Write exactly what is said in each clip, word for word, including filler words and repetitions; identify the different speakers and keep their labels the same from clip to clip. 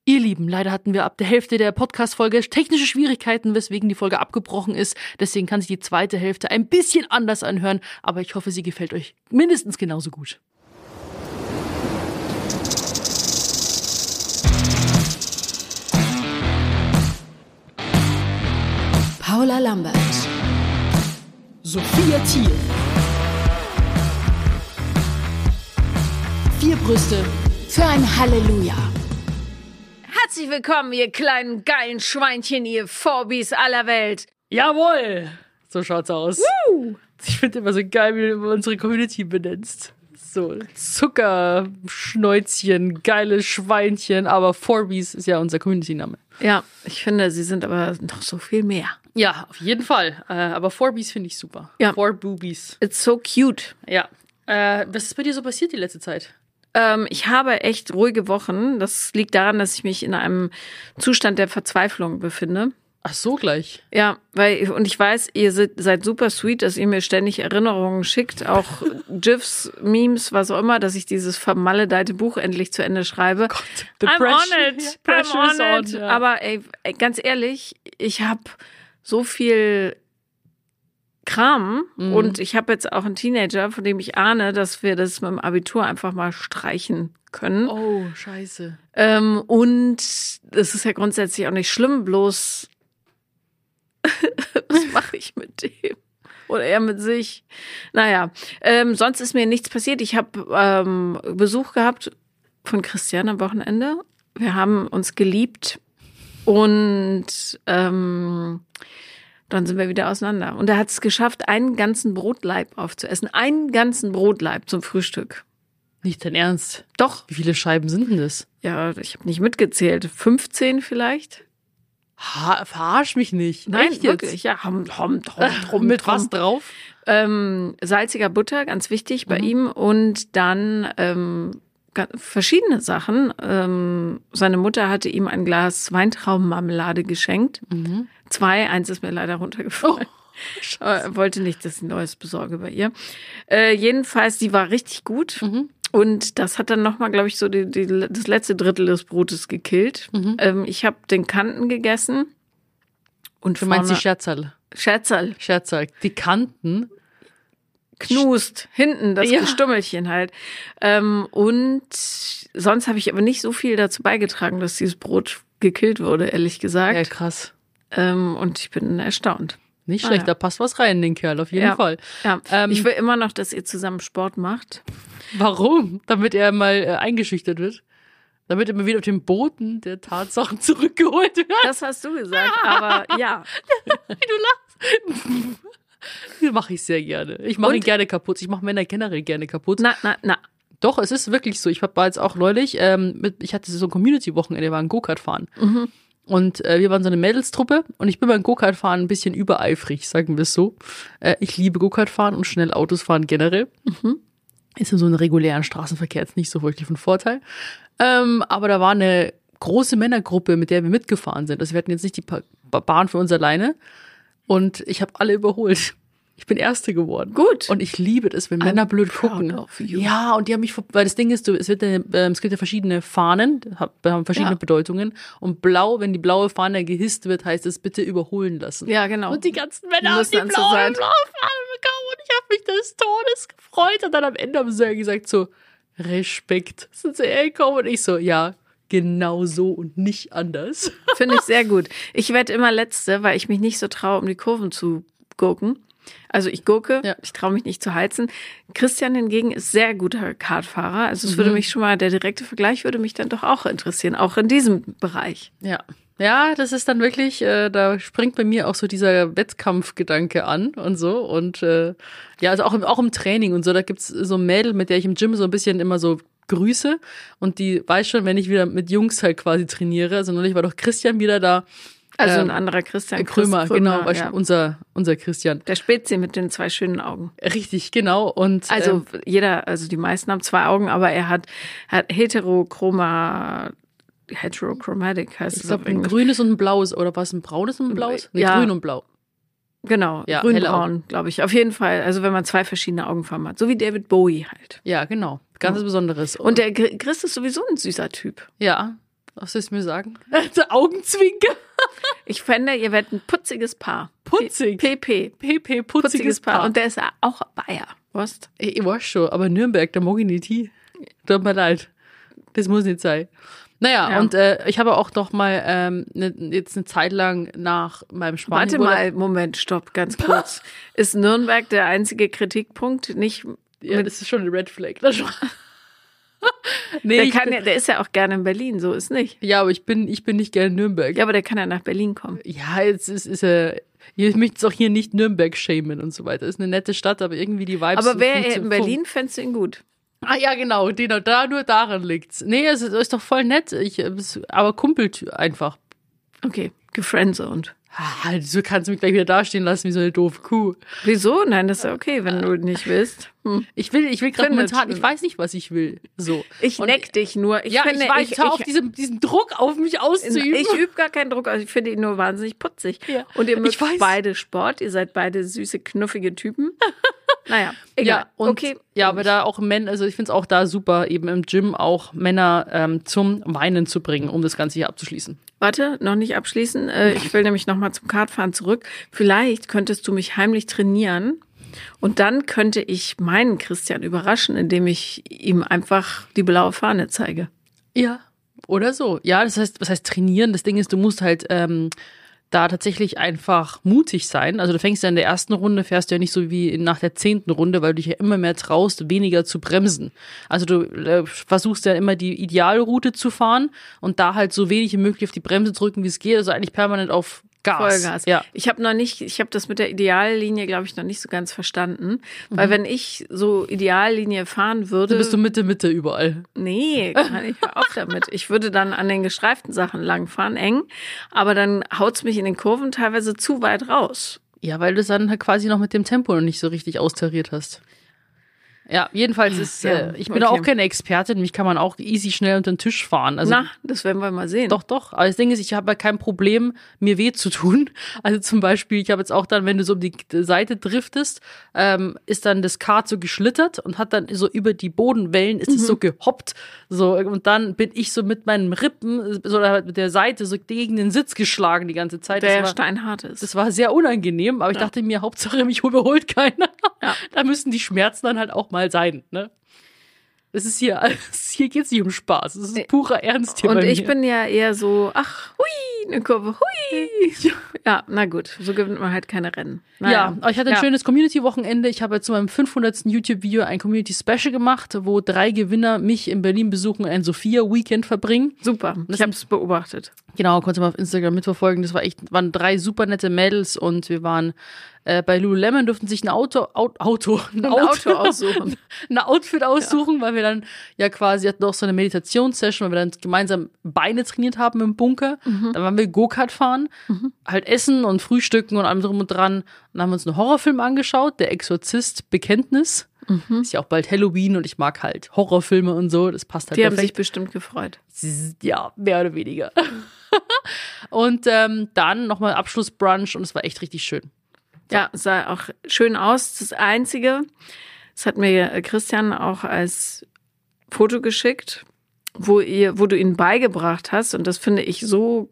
Speaker 1: Ihr Lieben, leider hatten wir ab der Hälfte der Podcast-Folge technische Schwierigkeiten, weswegen die Folge abgebrochen ist. Deswegen kann sich die zweite Hälfte ein bisschen anders anhören, aber ich hoffe, sie gefällt euch mindestens genauso gut.
Speaker 2: Paula Lambert,
Speaker 1: Sophia Thiel. Vier Brüste
Speaker 2: für ein Halleluja.
Speaker 3: Herzlich willkommen, ihr kleinen geilen Schweinchen, ihr Forbis aller Welt.
Speaker 1: Jawohl! So schaut's aus.
Speaker 3: Woo!
Speaker 1: Ich finde immer so geil, wie du unsere Community benennst. So Zuckerschnäuzchen, geile Schweinchen, aber Forbies ist ja unser Community-Name.
Speaker 3: Ja, ich finde, sie sind aber noch so viel mehr.
Speaker 1: Ja, auf jeden Fall. Äh, aber Forbies finde ich super.
Speaker 3: Ja.
Speaker 1: Four Boobies.
Speaker 3: It's so cute.
Speaker 1: Ja. Äh, was ist bei dir so passiert die letzte Zeit?
Speaker 3: Ähm, ich habe echt ruhige Wochen. Das liegt daran, dass ich mich in einem Zustand der Verzweiflung befinde.
Speaker 1: Ach so, gleich.
Speaker 3: Ja, weil, und ich weiß, ihr seid, seid super sweet, dass ihr mir ständig Erinnerungen schickt, auch GIFs, Memes, was auch immer, dass ich dieses vermaledeite Buch endlich zu Ende schreibe.
Speaker 1: Gott, the
Speaker 3: I'm
Speaker 1: pressure,
Speaker 3: on it,
Speaker 1: yeah,
Speaker 3: I'm
Speaker 1: pressure is
Speaker 3: on
Speaker 1: on,
Speaker 3: it.
Speaker 1: ja.
Speaker 3: Aber ey, ey, ganz ehrlich, ich habe so viel Kram
Speaker 1: Mhm.
Speaker 3: und ich habe jetzt auch einen Teenager, von dem ich ahne, dass wir das mit dem Abitur einfach mal streichen können.
Speaker 1: Oh, scheiße.
Speaker 3: Ähm, und es ist ja grundsätzlich auch nicht schlimm, bloß was mache ich mit dem? Oder er mit sich? Naja, ähm, sonst ist mir nichts passiert. Ich habe ähm, Besuch gehabt von Christian am Wochenende. Wir haben uns geliebt und ähm, dann sind wir wieder auseinander. Und er hat es geschafft, einen ganzen Brotleib aufzuessen. Einen ganzen Brotleib zum Frühstück.
Speaker 1: Nicht dein Ernst?
Speaker 3: Doch.
Speaker 1: Wie viele Scheiben sind denn das?
Speaker 3: Ja, ich habe nicht mitgezählt. fünfzehn vielleicht?
Speaker 1: Ha, verarsch mich nicht.
Speaker 3: Nein,
Speaker 1: Echt jetzt?
Speaker 3: wirklich. Ja, hom, hom, hom, hom,
Speaker 1: Mit
Speaker 3: hom.
Speaker 1: was drauf?
Speaker 3: Ähm, salziger Butter, ganz wichtig bei
Speaker 1: Mhm.
Speaker 3: ihm. Und dann ähm, ga- verschiedene Sachen. Ähm, seine Mutter hatte ihm ein Glas Weintraubenmarmelade geschenkt.
Speaker 1: Mhm.
Speaker 3: Zwei, eins ist mir leider runtergefallen.
Speaker 1: Oh,
Speaker 3: Aber er wollte nicht, dass ich ein neues besorge bei ihr. Äh, jedenfalls, die war richtig gut.
Speaker 1: Mhm.
Speaker 3: Und das hat dann nochmal, glaube ich, so die, die, das letzte Drittel des Brotes gekillt.
Speaker 1: Mhm.
Speaker 3: Ähm, ich habe den Kanten gegessen. Und
Speaker 1: Du meinst die
Speaker 3: vorne-
Speaker 1: Scherzerl.
Speaker 3: Scherzerl.
Speaker 1: Scherzerl. Die Kanten.
Speaker 3: Knust, hinten, das
Speaker 1: Ja.
Speaker 3: Gestummelchen halt. Ähm, und sonst habe ich aber nicht so viel dazu beigetragen, dass dieses Brot gekillt wurde, ehrlich gesagt.
Speaker 1: Ja, krass.
Speaker 3: Ähm, und ich bin erstaunt.
Speaker 1: Nicht
Speaker 3: Ah,
Speaker 1: schlecht,
Speaker 3: ja.
Speaker 1: da passt was rein in den Kerl, auf jeden
Speaker 3: Ja.
Speaker 1: Fall.
Speaker 3: Ja.
Speaker 1: Ähm,
Speaker 3: ich will immer noch, dass ihr zusammen Sport macht.
Speaker 1: Warum? Damit er mal äh, eingeschüchtert wird. Damit er mal wieder auf den Boden der Tatsachen zurückgeholt wird.
Speaker 3: Das hast du gesagt, aber ja.
Speaker 1: Wie du lachst. Das mache ich sehr gerne. Ich mache
Speaker 3: Und?
Speaker 1: ihn gerne kaputt. Ich mache Männer generell gerne kaputt.
Speaker 3: Na, na, na.
Speaker 1: Doch, es ist wirklich so. Ich war jetzt auch neulich, ähm, mit, ich hatte so ein Community-Wochenende, wir waren Go-Kart fahren.
Speaker 3: Mhm.
Speaker 1: Und äh, wir waren so eine Mädelstruppe und ich bin beim Go-Kart fahren ein bisschen übereifrig, sagen wir es so. Äh, ich liebe Go-Kart fahren und schnell Autos fahren generell.
Speaker 3: Mhm.
Speaker 1: Ist in so einem regulären Straßenverkehr jetzt nicht so wirklich von Vorteil. Ähm, aber da war eine große Männergruppe, mit der wir mitgefahren sind. Also wir hatten jetzt nicht die pa- Bahn für uns alleine. Und ich habe alle überholt. Ich bin Erste geworden.
Speaker 3: Gut.
Speaker 1: Und ich liebe das, wenn Männer blöd
Speaker 3: proud
Speaker 1: gucken.
Speaker 3: of you.
Speaker 1: Ja, und die haben mich, ver- weil das Ding ist, du, es, wird, eine, ähm, es gibt ja verschiedene Fahnen, hab- haben verschiedene
Speaker 3: Ja.
Speaker 1: Bedeutungen. Und blau, wenn die blaue Fahne gehisst wird, heißt es bitte überholen lassen.
Speaker 3: Ja, genau.
Speaker 1: Und die ganzen
Speaker 3: Die
Speaker 1: Männer haben
Speaker 3: müssen
Speaker 1: die
Speaker 3: dann
Speaker 1: blaue,
Speaker 3: zur
Speaker 1: blaue
Speaker 3: Seite.
Speaker 1: Fahne bekommen und ich habe mich des Todes gefreut. Und dann am Ende haben sie ja gesagt so, Respekt. Sind sie hergekommen und ich so, ja, genau so und nicht anders.
Speaker 3: Finde ich sehr gut. Ich werde immer Letzte, weil ich mich nicht so traue, um die Kurven zu gurken. Also ich gurke,
Speaker 1: Ja.
Speaker 3: ich traue mich nicht zu heizen. Christian hingegen ist sehr guter Kartfahrer. Also es
Speaker 1: Mhm.
Speaker 3: würde mich schon mal, der direkte Vergleich würde mich dann doch auch interessieren, auch in diesem Bereich.
Speaker 1: Ja. Ja, das ist dann wirklich, äh, da springt bei mir auch so dieser Wettkampfgedanke an und so. Und äh, ja, also auch im, auch im Training und so, da gibt's so ein Mädel, mit der ich im Gym so ein bisschen immer so grüße. Und die weiß schon, wenn ich wieder mit Jungs halt quasi trainiere. Also neulich war doch Christian wieder da.
Speaker 3: Also
Speaker 1: Ähm,
Speaker 3: ein anderer Christian
Speaker 1: Krömer,
Speaker 3: Christ
Speaker 1: genau, weißt du,
Speaker 3: ja.
Speaker 1: unser, unser Christian.
Speaker 3: Der Spezi mit den zwei schönen Augen.
Speaker 1: Richtig, genau. Und
Speaker 3: Also
Speaker 1: ähm,
Speaker 3: jeder, also die meisten haben zwei Augen, aber er hat, hat heterochroma, heterochromatic heißt
Speaker 1: ich
Speaker 3: es auf
Speaker 1: glaube, ein
Speaker 3: Englisch.
Speaker 1: grünes und ein blaues. Oder was, ein braunes und ein blaues? Nee,
Speaker 3: Ja.
Speaker 1: grün und blau.
Speaker 3: Genau,
Speaker 1: Ja, helle
Speaker 3: grün-braun, glaube ich. Auf jeden Fall. Also wenn man zwei verschiedene Augenfarben hat. So wie David Bowie halt.
Speaker 1: Ja, genau. Ganz was Besonderes.
Speaker 3: Und der Chris ist sowieso ein süßer Typ.
Speaker 1: ja, Was willst du mir sagen? Augenzwinker.
Speaker 3: Ich fände, ihr werdet ein putziges Paar.
Speaker 1: Putzig.
Speaker 3: P P.
Speaker 1: P P, putziges Paar.
Speaker 3: Und der ist auch Bayer. Was?
Speaker 1: Ich, ich weiß schon, aber Nürnberg, da mag ich nicht hin. Tut mir leid. Das muss nicht sein. Naja,
Speaker 3: Ja.
Speaker 1: und äh, ich habe auch noch mal ähm, ne, jetzt eine Zeit lang nach meinem Spanien.
Speaker 3: Warte mal, Moment, stopp, ganz kurz. Ist Nürnberg der einzige Kritikpunkt? Nicht
Speaker 1: Ja,
Speaker 3: mit,
Speaker 1: das ist schon ein Red Flag. Das schon. nee,
Speaker 3: der,
Speaker 1: ich
Speaker 3: kann
Speaker 1: bin,
Speaker 3: ja, der ist ja auch gerne in Berlin, so ist nicht.
Speaker 1: ja, aber ich bin, ich bin nicht gerne in Nürnberg.
Speaker 3: Ja, aber der kann ja nach Berlin kommen.
Speaker 1: Ja, jetzt ist, ist er. Ich möchte es auch hier nicht Nürnberg shamen und so weiter. Ist eine nette Stadt, aber irgendwie die Vibes.
Speaker 3: Aber wäre er
Speaker 1: funktio-
Speaker 3: in Berlin, fändest du ihn gut.
Speaker 1: Ah ja, genau, genau, da nur daran liegt's. Nee, es ist, ist doch voll nett. Ich, es- aber kumpelt einfach.
Speaker 3: Okay, gefriendzoned.
Speaker 1: Ah, so kannst du mich gleich wieder dastehen lassen wie so eine doofe Kuh.
Speaker 3: Wieso? Nein, das ist ja okay, wenn du nicht willst. Hm.
Speaker 1: Ich will, ich will gerade
Speaker 3: Findet.
Speaker 1: momentan, ich weiß nicht, was ich will. So.
Speaker 3: Ich
Speaker 1: Und-
Speaker 3: neck dich nur. Ich
Speaker 1: ja,
Speaker 3: finde,
Speaker 1: ich weiß,
Speaker 3: ich,
Speaker 1: hör auf,
Speaker 3: ich,
Speaker 1: diesen, diesen Druck auf mich auszuüben.
Speaker 3: ich übe gar keinen Druck aus. Ich finde ihn nur wahnsinnig putzig.
Speaker 1: Ja.
Speaker 3: Und ihr mögt
Speaker 1: Ich weiß.
Speaker 3: beide Sport. Ihr seid beide süße, knuffige Typen. Naja, egal.
Speaker 1: Ja, und,
Speaker 3: okay.
Speaker 1: ja, aber da auch Männer, also ich finde es auch da super, eben im Gym auch Männer ähm, zum Weinen zu bringen, um das Ganze hier abzuschließen.
Speaker 3: Warte, noch nicht abschließen. Äh, ich will nämlich noch mal zum Kartfahren zurück. Vielleicht könntest du mich heimlich trainieren und dann könnte ich meinen Christian überraschen, indem ich ihm einfach die blaue Fahne zeige.
Speaker 1: Ja, oder so. Ja, das heißt, was heißt trainieren? Das Ding ist, du musst halt ähm, da tatsächlich einfach mutig sein. Also du fängst ja in der ersten Runde, fährst du ja nicht so wie nach der zehnten Runde, weil du dich ja immer mehr traust, weniger zu bremsen. Also du äh, versuchst ja immer die Idealroute zu fahren und da halt so wenig wie möglich auf die Bremse drücken, wie es geht. Also eigentlich permanent auf Gas.
Speaker 3: Vollgas.
Speaker 1: Ja.
Speaker 3: Ich habe noch nicht, ich habe das mit der Ideallinie, glaube ich, noch nicht so ganz verstanden. Weil wenn ich so Ideallinie fahren würde.
Speaker 1: Dann bist du Mitte, Mitte überall.
Speaker 3: Nee, kann ich hör auf damit. Ich würde dann an den gestreiften Sachen langfahren, eng, aber dann haut's mich in den Kurven teilweise zu weit raus.
Speaker 1: Ja, weil du es dann halt quasi noch mit dem Tempo noch nicht so richtig austariert hast. Ja, jedenfalls ist,
Speaker 3: Ja,
Speaker 1: äh, ich bin
Speaker 3: okay.
Speaker 1: auch keine Expertin, mich kann man auch easy schnell unter den Tisch fahren. Also,
Speaker 3: Na, das werden wir mal sehen.
Speaker 1: Doch, doch. Aber das Ding ist, ich habe ja kein Problem, mir weh zu tun. Also zum Beispiel, ich habe jetzt auch dann, wenn du so um die Seite driftest, ähm, ist dann das Kart so geschlittert und hat dann so über die Bodenwellen, ist es so gehoppt. So, und dann bin ich so mit meinen Rippen, so oder halt mit der Seite so gegen den Sitz geschlagen die ganze Zeit.
Speaker 3: Der
Speaker 1: Das
Speaker 3: ja
Speaker 1: war,
Speaker 3: steinhart ist.
Speaker 1: das war sehr unangenehm, aber ich dachte mir, Hauptsache mich überholt keiner.
Speaker 3: Ja.
Speaker 1: Da müssen die Schmerzen dann halt auch mal sein, ne? Es ist hier, hier geht's nicht um Spaß. Es ist purer Ernst hier
Speaker 3: Und
Speaker 1: bei
Speaker 3: ich
Speaker 1: mir.
Speaker 3: bin ja eher so, ach, hui, eine Kurve, hui. Ja, na gut, so gewinnt man halt keine Rennen. Naja.
Speaker 1: Ja, aber ich hatte ein
Speaker 3: Ja.
Speaker 1: schönes Community-Wochenende. Ich habe zu meinem fünfhundertsten YouTube-Video ein Community-Special gemacht, wo drei Gewinner mich in Berlin besuchen und ein Sophia-Weekend verbringen.
Speaker 3: Super, ich habe es beobachtet.
Speaker 1: Genau, konnte man auf Instagram mitverfolgen. Das war echt, waren drei super nette Mädels und wir waren äh, bei Lululemon, durften sich ein Auto, Auto, Auto, ein,
Speaker 3: Ein Auto aussuchen.
Speaker 1: ein Outfit aussuchen, weil wir dann ja quasi hatten auch so eine Meditationssession, weil wir dann gemeinsam Beine trainiert haben im Bunker. Dann waren wir Go-Kart fahren, halt essen und frühstücken und allem drum und dran. Und dann haben wir uns einen Horrorfilm angeschaut, Der Exorzist Bekenntnis. Ist ja auch bald Halloween und ich mag halt Horrorfilme und so. Das passt halt
Speaker 3: Die haben sich
Speaker 1: perfekt.
Speaker 3: bestimmt gefreut.
Speaker 1: Ja, mehr oder weniger. Und ähm, dann nochmal Abschlussbrunch und es war echt richtig schön.
Speaker 3: Ja, es sah auch schön aus. Das Einzige, das hat mir Christian auch als Foto geschickt, wo ihr, wo du ihn beigebracht hast, und das finde ich so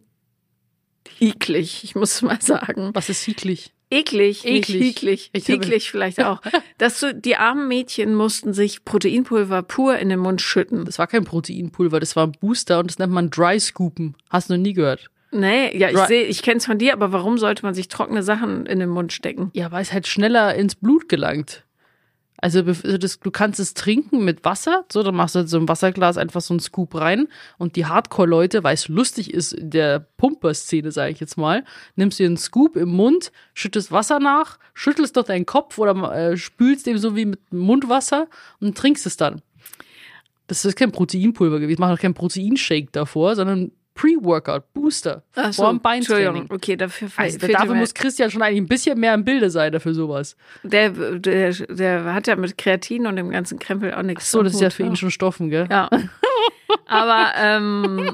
Speaker 3: eklig, ich muss mal sagen.
Speaker 1: Was ist eklig?
Speaker 3: Eklig,
Speaker 1: Eklig.
Speaker 3: nicht eklig.
Speaker 1: Ich habe-
Speaker 3: Eklig vielleicht auch. Dass du, die armen Mädchen mussten sich Proteinpulver pur in den Mund schütten.
Speaker 1: Das war kein Proteinpulver, das war ein Booster und das nennt man Dry Scoopen. Hast du noch nie gehört?
Speaker 3: Nee, ja, ich
Speaker 1: Dry-
Speaker 3: sehe, ich kenn's von dir, aber warum sollte man sich trockene Sachen in den Mund stecken?
Speaker 1: Ja, weil es halt schneller ins Blut gelangt. Also, bef- also das, du kannst es trinken mit Wasser, so, dann machst du halt so ein Wasserglas einfach so einen Scoop rein und die Hardcore-Leute, weil es lustig ist in der Pumper-Szene, sage ich jetzt mal, nimmst dir einen Scoop im Mund, schüttest Wasser nach, schüttelst doch deinen Kopf oder äh, spülst dem so wie mit Mundwasser und trinkst es dann. Das ist kein Proteinpulver gewesen, ich mache doch keinen Proteinshake davor, sondern Pre-Workout, Booster,
Speaker 3: Ach so,
Speaker 1: vor dem Beintraining.
Speaker 3: Entschuldigung, okay, dafür fe-
Speaker 1: Also,
Speaker 3: fehlte
Speaker 1: dafür
Speaker 3: mir-
Speaker 1: muss Christian schon eigentlich ein bisschen mehr im Bilde sein dafür sowas.
Speaker 3: Der, der, der hat ja mit Kreatin und dem ganzen Krempel auch nichts.
Speaker 1: So,
Speaker 3: am
Speaker 1: das ist ja
Speaker 3: Hut.
Speaker 1: für ihn schon Stoffen, gell?
Speaker 3: Ja. Aber ähm,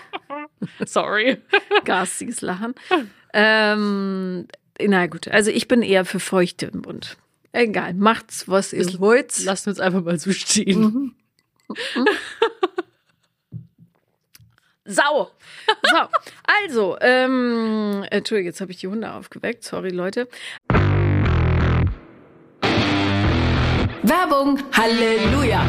Speaker 1: Sorry.
Speaker 3: garstiges Lachen. Ähm, na gut, also ich bin eher für feuchte im Mund. Egal, macht's, was ihr wollt.
Speaker 1: Lassen wir uns einfach mal so stehen.
Speaker 3: Sau. So, also, ähm, Entschuldigung, jetzt habe ich die Hunde aufgeweckt. Sorry, Leute.
Speaker 2: Werbung. Halleluja.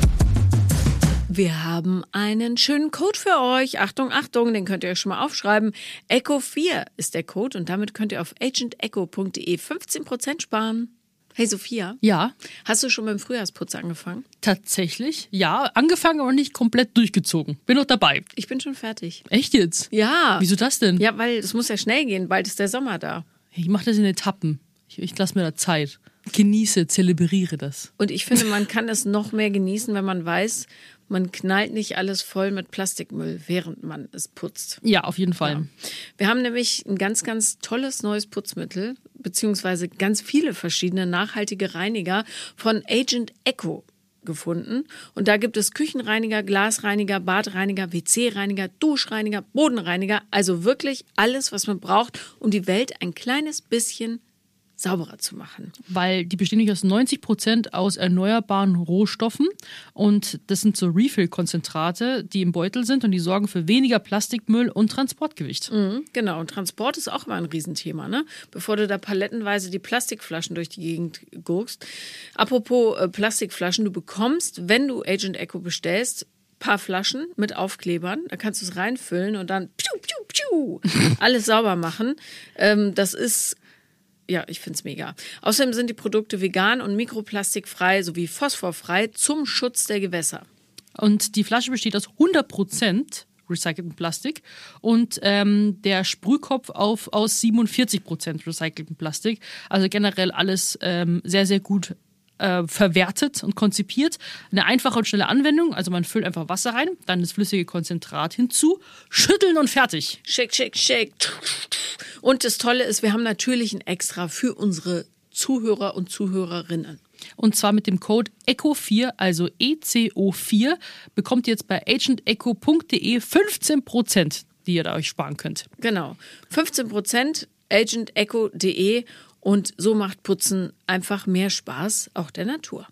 Speaker 3: Wir haben einen schönen Code für euch. Achtung, Achtung, den könnt ihr euch schon mal aufschreiben. Echo vier ist der Code und damit könnt ihr auf agent echo punkt de fünfzehn Prozent sparen. Hey Sophia,
Speaker 1: Ja,
Speaker 3: hast du schon mit dem Frühjahrsputz angefangen?
Speaker 1: tatsächlich. Ja, angefangen, aber nicht komplett durchgezogen. Bin noch dabei.
Speaker 3: Ich bin schon fertig.
Speaker 1: Echt jetzt?
Speaker 3: Ja.
Speaker 1: Wieso das denn?
Speaker 3: Ja, weil es muss ja schnell gehen. Bald ist der Sommer da.
Speaker 1: Ich mache das in Etappen. Ich, ich lasse mir da Zeit. Genieße, zelebriere das.
Speaker 3: Und ich finde, man kann es noch mehr genießen, wenn man weiß, man knallt nicht alles voll mit Plastikmüll, während man es putzt.
Speaker 1: Ja, auf jeden Fall.
Speaker 3: Ja. Wir haben nämlich ein ganz, ganz tolles neues Putzmittel, beziehungsweise ganz viele verschiedene nachhaltige Reiniger von Agent Echo gefunden. Und da gibt es Küchenreiniger, Glasreiniger, Badreiniger, W C-Reiniger, Duschreiniger, Bodenreiniger. Also wirklich alles, was man braucht, um die Welt ein kleines bisschen sauberer zu machen.
Speaker 1: Weil die bestehen nicht aus neunzig Prozent aus erneuerbaren Rohstoffen und das sind so Refill-Konzentrate, die im Beutel sind und die sorgen für weniger Plastikmüll und Transportgewicht.
Speaker 3: Mhm, genau, und Transport ist auch immer ein Riesenthema, ne? Bevor du da palettenweise die Plastikflaschen durch die Gegend gurkst. Apropos äh, Plastikflaschen, du bekommst, wenn du Agent Echo bestellst, paar Flaschen mit Aufklebern, da kannst du es reinfüllen und dann piu, piu, piu, alles sauber machen. Ähm, das ist Ja, ich find's mega. Außerdem sind die Produkte vegan und mikroplastikfrei sowie phosphorfrei zum Schutz der Gewässer.
Speaker 1: Und die Flasche besteht aus hundert Prozent recyceltem Plastik und ähm, der Sprühkopf auf, aus siebenundvierzig Prozent recyceltem Plastik. Also generell alles ähm, sehr, sehr gut äh, verwertet und konzipiert. Eine einfache und schnelle Anwendung, also man füllt einfach Wasser rein, dann das flüssige Konzentrat hinzu, schütteln und fertig.
Speaker 3: Shake, shake, shake. Und das Tolle ist, wir haben natürlich ein Extra für unsere Zuhörer und Zuhörerinnen.
Speaker 1: Und zwar mit dem Code E C H O vier, also E C O vier, bekommt ihr jetzt bei agent echo punkt de fünfzehn Prozent, die ihr da euch sparen könnt.
Speaker 3: Genau. fünfzehn Prozent agent echo punkt de und so macht Putzen einfach mehr Spaß, auch der Natur.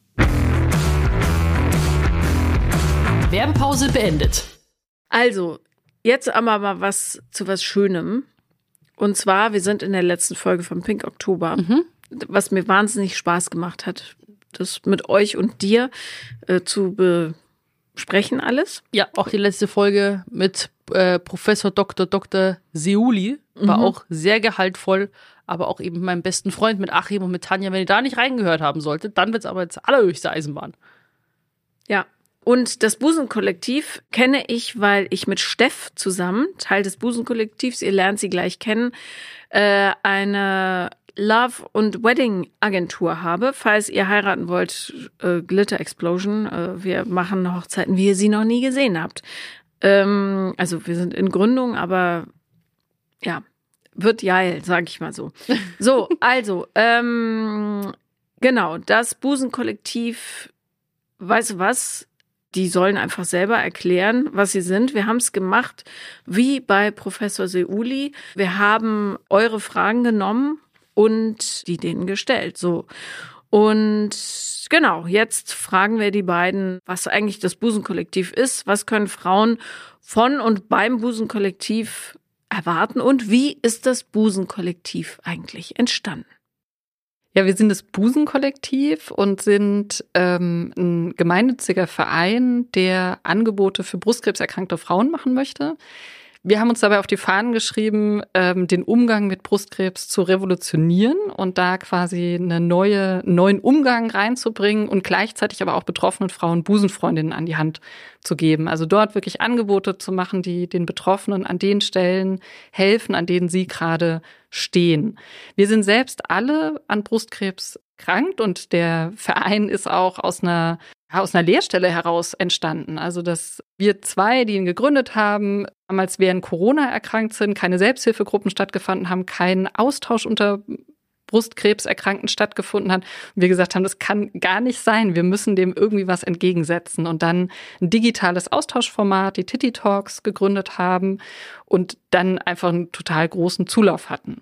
Speaker 2: Werbepause beendet.
Speaker 3: Also, jetzt aber mal was zu was Schönem. Und zwar, wir sind in der letzten Folge von Pink Oktober, mhm. was mir wahnsinnig Spaß gemacht hat, das mit euch und dir äh, zu besprechen alles.
Speaker 1: Ja, auch die letzte Folge mit äh, Professor Doktor Doktor Seuli war mhm. auch sehr gehaltvoll, aber auch eben mit meinem besten Freund, mit Achim und mit Tanja. Wenn ihr da nicht reingehört haben solltet, dann wird es aber jetzt allerhöchste Eisenbahn.
Speaker 3: Ja. Und das Busenkollektiv kenne ich, weil ich mit Steff zusammen, Teil des Busenkollektivs, ihr lernt sie gleich kennen, äh, eine Love- und Wedding-Agentur habe. Falls ihr heiraten wollt, äh, Glitter Explosion, äh, wir machen Hochzeiten, wie ihr sie noch nie gesehen habt. Ähm, also wir sind in Gründung, aber ja, wird geil, sag ich mal so. So, also, ähm, genau, das Busenkollektiv, weißt du was? Die sollen einfach selber erklären, was sie sind. Wir haben es gemacht wie bei Professor Seuli. Wir haben eure Fragen genommen und die denen gestellt. So. Und genau, jetzt fragen wir die beiden, was eigentlich das Busenkollektiv ist. Was können Frauen von und beim Busenkollektiv erwarten? Und wie ist das Busenkollektiv eigentlich entstanden?
Speaker 4: Ja, wir sind das Busenkollektiv und sind ähm, ein gemeinnütziger Verein, der Angebote für brustkrebserkrankte Frauen machen möchte. Wir haben uns dabei auf die Fahnen geschrieben, ähm, den Umgang mit Brustkrebs zu revolutionieren und da quasi eine neue, neuen Umgang reinzubringen und gleichzeitig aber auch betroffenen Frauen Busenfreundinnen an die Hand zu geben. Also dort wirklich Angebote zu machen, die den Betroffenen an den Stellen helfen, an denen sie gerade stehen. Wir sind selbst alle an Brustkrebs erkrankt und der Verein ist auch aus einer Ja, aus einer Lehrstelle heraus entstanden. Also, dass wir zwei, die ihn gegründet haben, damals während Corona erkrankt sind, keine Selbsthilfegruppen stattgefunden haben, kein Austausch unter Brustkrebserkrankten stattgefunden hat. Und wir gesagt haben, das kann gar nicht sein. Wir müssen dem irgendwie was entgegensetzen. Und dann ein digitales Austauschformat, die Titty Talks, gegründet haben und dann einfach einen total großen Zulauf hatten. Und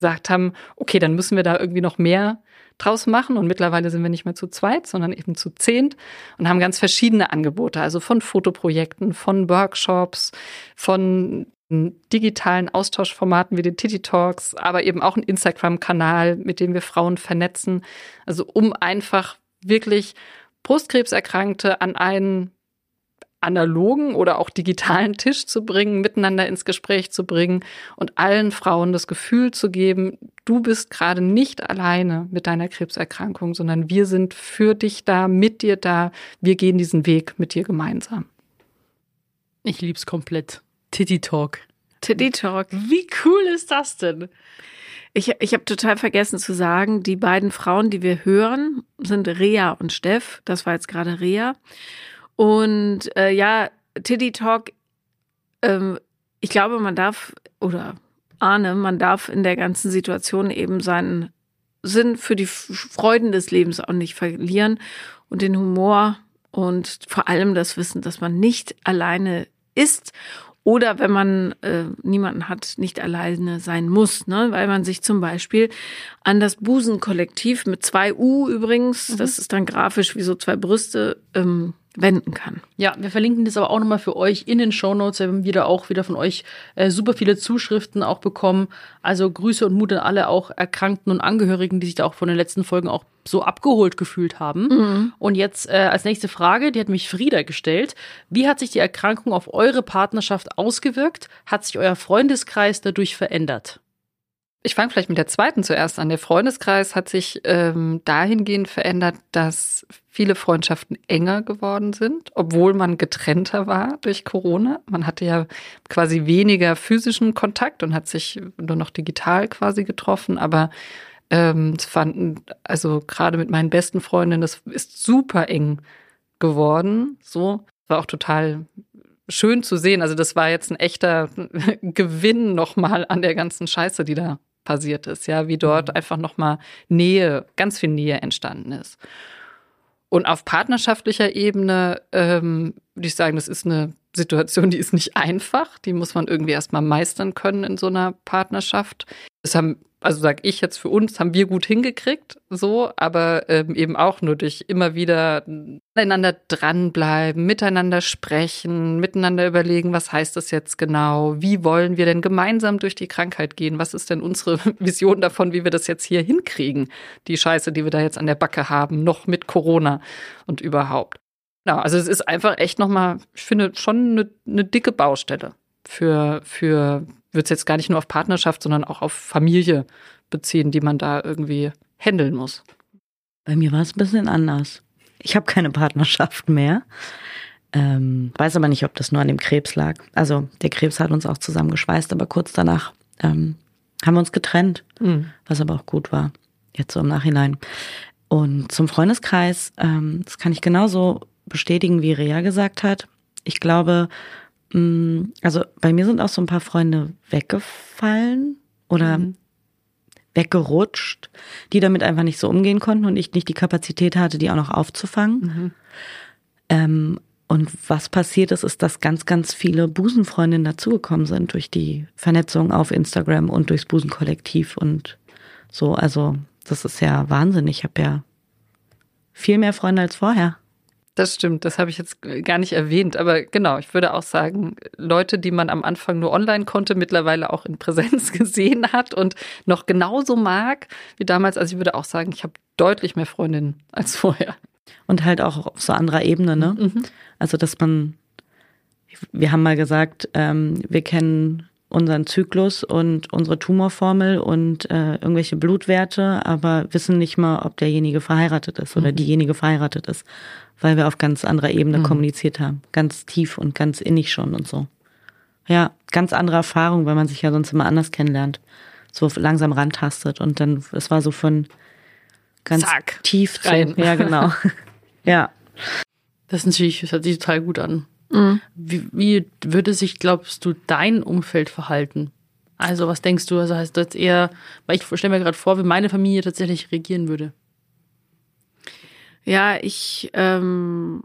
Speaker 4: gesagt haben, okay, dann müssen wir da irgendwie noch mehr draus machen. Und mittlerweile sind wir nicht mehr zu zweit, sondern eben zu zehnt und haben ganz verschiedene Angebote, also von Fotoprojekten, von Workshops, von digitalen Austauschformaten wie den Titi Talks, aber eben auch einen Instagram-Kanal, mit dem wir Frauen vernetzen. Also um einfach wirklich Brustkrebserkrankte an einen analogen oder auch digitalen Tisch zu bringen, miteinander ins Gespräch zu bringen und allen Frauen das Gefühl zu geben, du bist gerade nicht alleine mit deiner Krebserkrankung, sondern wir sind für dich da, mit dir da, wir gehen diesen Weg mit dir gemeinsam.
Speaker 1: Ich lieb's komplett. Titi Talk.
Speaker 3: Titi Talk.
Speaker 1: Wie cool ist das denn?
Speaker 3: Ich, ich habe total vergessen zu sagen, die beiden Frauen, die wir hören, sind Rea und Steff. Das war jetzt gerade Rea. Und äh, ja, Titi Talk, ähm, ich glaube, man darf, oder ahne, man darf in der ganzen Situation eben seinen Sinn für die Freuden des Lebens auch nicht verlieren und den Humor und vor allem das Wissen, dass man nicht alleine ist. Oder wenn man äh, niemanden hat, nicht alleine sein muss, ne? Weil man sich zum Beispiel an das Busenkollektiv mit zwei U übrigens, mhm. das ist dann grafisch wie so zwei Brüste, ähm, wenden kann.
Speaker 1: Ja, wir verlinken das aber auch nochmal für euch in den Shownotes. Wir haben wieder auch wieder von euch äh, super viele Zuschriften auch bekommen. Also Grüße und Mut an alle auch Erkrankten und Angehörigen, die sich da auch von den letzten Folgen auch so abgeholt gefühlt haben. Mhm. Und jetzt äh, als nächste Frage, die hat mich Frieda gestellt. Wie hat sich die Erkrankung auf eure Partnerschaft ausgewirkt? Hat sich euer Freundeskreis dadurch verändert?
Speaker 4: Ich fange vielleicht mit der zweiten zuerst an. Der Freundeskreis hat sich ähm, dahingehend verändert, dass viele Freundschaften enger geworden sind, obwohl man getrennter war durch Corona. Man hatte ja quasi weniger physischen Kontakt und hat sich nur noch digital quasi getroffen. Aber ähm, es fanden, also gerade mit meinen besten Freundinnen, das ist super eng geworden. So, war auch total schön zu sehen. Also das war jetzt ein echter Gewinn nochmal an der ganzen Scheiße, die da passiert ist, ja, wie dort einfach nochmal Nähe, ganz viel Nähe entstanden ist. Und auf partnerschaftlicher Ebene ähm, würde ich sagen, das ist eine Situation, die ist nicht einfach, die muss man irgendwie erstmal meistern können in so einer Partnerschaft. Das haben, also sage ich jetzt für uns, haben wir gut hingekriegt, so, aber ähm, eben auch nur durch immer wieder miteinander dranbleiben, miteinander sprechen, miteinander überlegen, was heißt das jetzt genau, wie wollen wir denn gemeinsam durch die Krankheit gehen, was ist denn unsere Vision davon, wie wir das jetzt hier hinkriegen, die Scheiße, die wir da jetzt an der Backe haben, noch mit Corona und überhaupt. Ja, also es ist einfach echt nochmal, ich finde, schon eine, eine dicke Baustelle für, für würde es jetzt gar nicht nur auf Partnerschaft, sondern auch auf Familie beziehen, die man da irgendwie handeln muss.
Speaker 5: Bei mir war es ein bisschen anders. Ich habe keine Partnerschaft mehr. Ähm, weiß aber nicht, ob das nur an dem Krebs lag. Also der Krebs hat uns auch zusammengeschweißt, aber kurz danach ähm, haben wir uns getrennt, mhm. was aber auch gut war, jetzt so im Nachhinein. Und zum Freundeskreis, ähm, das kann ich genauso bestätigen, wie Rea gesagt hat. Ich glaube, also bei mir sind auch so ein paar Freunde weggefallen oder mhm. weggerutscht, die damit einfach nicht so umgehen konnten und ich nicht die Kapazität hatte, die auch noch aufzufangen. Mhm. Ähm, und was passiert ist, ist, dass ganz, ganz viele Busenfreundinnen dazugekommen sind durch die Vernetzung auf Instagram und durchs Busenkollektiv und so. Also das ist ja Wahnsinn. Ich habe ja viel mehr Freunde als vorher.
Speaker 4: Das stimmt, das habe ich jetzt gar nicht erwähnt, aber genau, ich würde auch sagen, Leute, die man am Anfang nur online konnte, mittlerweile auch in Präsenz gesehen hat und noch genauso mag wie damals. Also ich würde auch sagen, ich habe deutlich mehr Freundinnen als vorher.
Speaker 5: Und halt auch auf so anderer Ebene, ne? Mhm. Also dass man, wir haben mal gesagt, ähm, wir kennen unseren Zyklus und unsere Tumorformel und äh, irgendwelche Blutwerte, aber wissen nicht mal, ob derjenige verheiratet ist oder mhm. diejenige verheiratet ist, weil wir auf ganz anderer Ebene mhm. kommuniziert haben. Ganz tief und ganz innig schon und so. Ja, ganz andere Erfahrung, weil man sich ja sonst immer anders kennenlernt. So langsam rantastet und dann, es war so von ganz
Speaker 4: Zack,
Speaker 5: tief
Speaker 4: rein.
Speaker 5: Zu, ja, genau. Ja.
Speaker 1: Das ist natürlich, das hört sich total gut an. Mhm. Wie, wie würde sich, glaubst du, dein Umfeld verhalten? Also was denkst du, also heißt das jetzt eher, weil ich stelle mir gerade vor, wie meine Familie tatsächlich reagieren würde.
Speaker 3: Ja, ich ähm,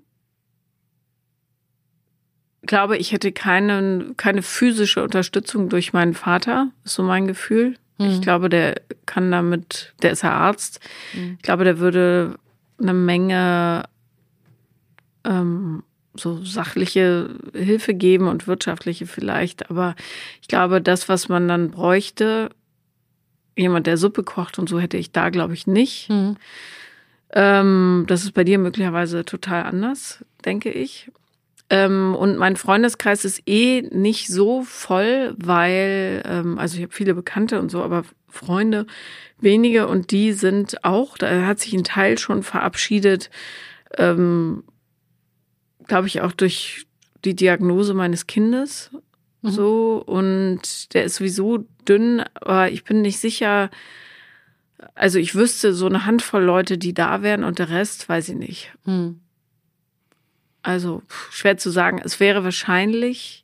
Speaker 3: glaube, ich hätte keine, keine physische Unterstützung durch meinen Vater, ist so mein Gefühl. Mhm. Ich glaube, der kann damit, der ist ja Arzt, mhm. ich glaube, der würde eine Menge ähm, so sachliche Hilfe geben und wirtschaftliche vielleicht. Aber ich glaube, das, was man dann bräuchte, jemand, der Suppe kocht und so, hätte ich da, glaube ich, nicht. Mhm. Ähm, das ist bei dir möglicherweise total anders, denke ich. Ähm, und mein Freundeskreis ist eh nicht so voll, weil, ähm, also ich habe viele Bekannte und so, aber Freunde wenige und die sind auch, da hat sich ein Teil schon verabschiedet, ähm, glaube ich, auch durch die Diagnose meines Kindes. Mhm. So, und der ist sowieso dünn, aber ich bin nicht sicher, also ich wüsste so eine Handvoll Leute, die da wären und der Rest weiß ich nicht. Mhm. Also schwer zu sagen. Es wäre wahrscheinlich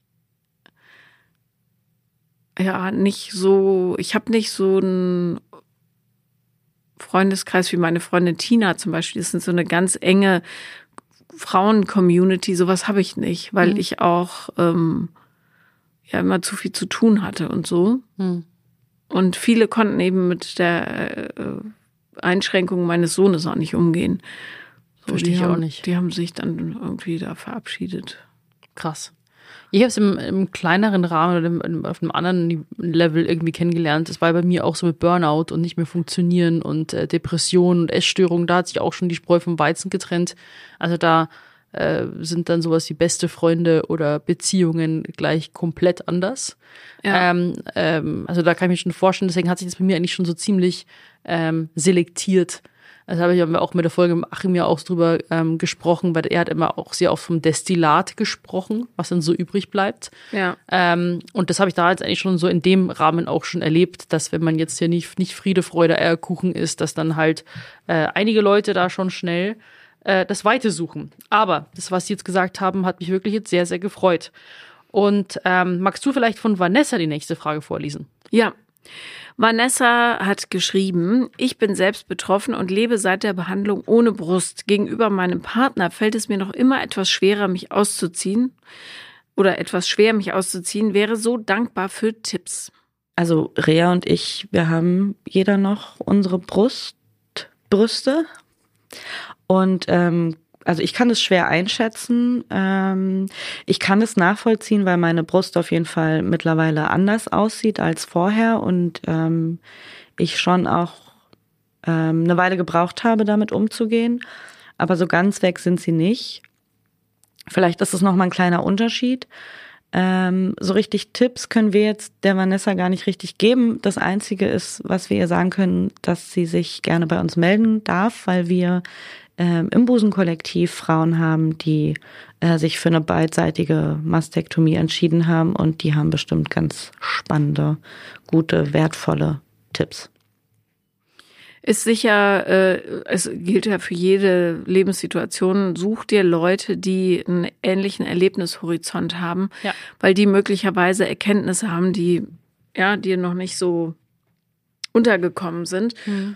Speaker 3: ja nicht so, ich habe nicht so einen Freundeskreis wie meine Freundin Tina zum Beispiel. Das sind so eine ganz enge Frauen-Community. Sowas habe ich nicht, weil mhm. ich auch ähm, ja immer zu viel zu tun hatte und so. Mhm. Und viele konnten eben mit der äh, Einschränkung meines Sohnes auch nicht umgehen. So,
Speaker 1: Verstehe ich
Speaker 3: haben,
Speaker 1: auch nicht.
Speaker 3: Die haben sich dann irgendwie da verabschiedet.
Speaker 1: Krass. Ich habe es im, im kleineren Rahmen oder im, im, auf einem anderen Level irgendwie kennengelernt. Es war bei mir auch so mit Burnout und nicht mehr funktionieren und äh, Depressionen und Essstörungen. Da hat sich auch schon die Spreu vom Weizen getrennt. Also da äh, sind dann sowas wie beste Freunde oder Beziehungen gleich komplett anders. Ja. Ähm, ähm, also da kann ich mir schon vorstellen, deswegen hat sich das bei mir eigentlich schon so ziemlich ähm, selektiert. Also habe ich auch mit der Folge mit Achim ja auch drüber ähm, gesprochen, weil er hat immer auch sehr oft vom Destillat gesprochen, was dann so übrig bleibt.
Speaker 3: Ja.
Speaker 1: Ähm, und das habe ich da jetzt eigentlich schon so in dem Rahmen auch schon erlebt, dass wenn man jetzt hier nicht, nicht Friede, Freude, Eierkuchen ist, dass dann halt äh, einige Leute da schon schnell äh, das Weite suchen. Aber das, was Sie jetzt gesagt haben, hat mich wirklich jetzt sehr, sehr gefreut. Und ähm, magst du vielleicht von Vanessa die nächste Frage vorlesen?
Speaker 3: Ja. Vanessa hat geschrieben, ich bin selbst betroffen und lebe seit der Behandlung ohne Brust. Gegenüber meinem Partner fällt es mir noch immer etwas schwerer, mich auszuziehen oder etwas schwer, mich auszuziehen, wäre so dankbar für Tipps.
Speaker 5: Also Rea und ich, wir haben jeder noch unsere Brust, Brüste und ähm, also ich kann es schwer einschätzen. Ähm, ich kann es nachvollziehen, weil meine Brust auf jeden Fall mittlerweile anders aussieht als vorher und ähm, ich schon auch ähm, eine Weile gebraucht habe, damit umzugehen. Aber so ganz weg sind sie nicht. Vielleicht ist es nochmal ein kleiner Unterschied. Ähm, so richtig Tipps können wir jetzt der Vanessa gar nicht richtig geben. Das Einzige ist, was wir ihr sagen können, dass sie sich gerne bei uns melden darf, weil wir Ähm, im Busenkollektiv Frauen haben, die äh, sich für eine beidseitige Mastektomie entschieden haben und die haben bestimmt ganz spannende, gute, wertvolle Tipps.
Speaker 3: Ist sicher, äh, es gilt ja für jede Lebenssituation, such dir Leute, die einen ähnlichen Erlebnishorizont haben,
Speaker 1: ja.
Speaker 3: weil die möglicherweise Erkenntnisse haben, die ja dir noch nicht so untergekommen sind. Mhm.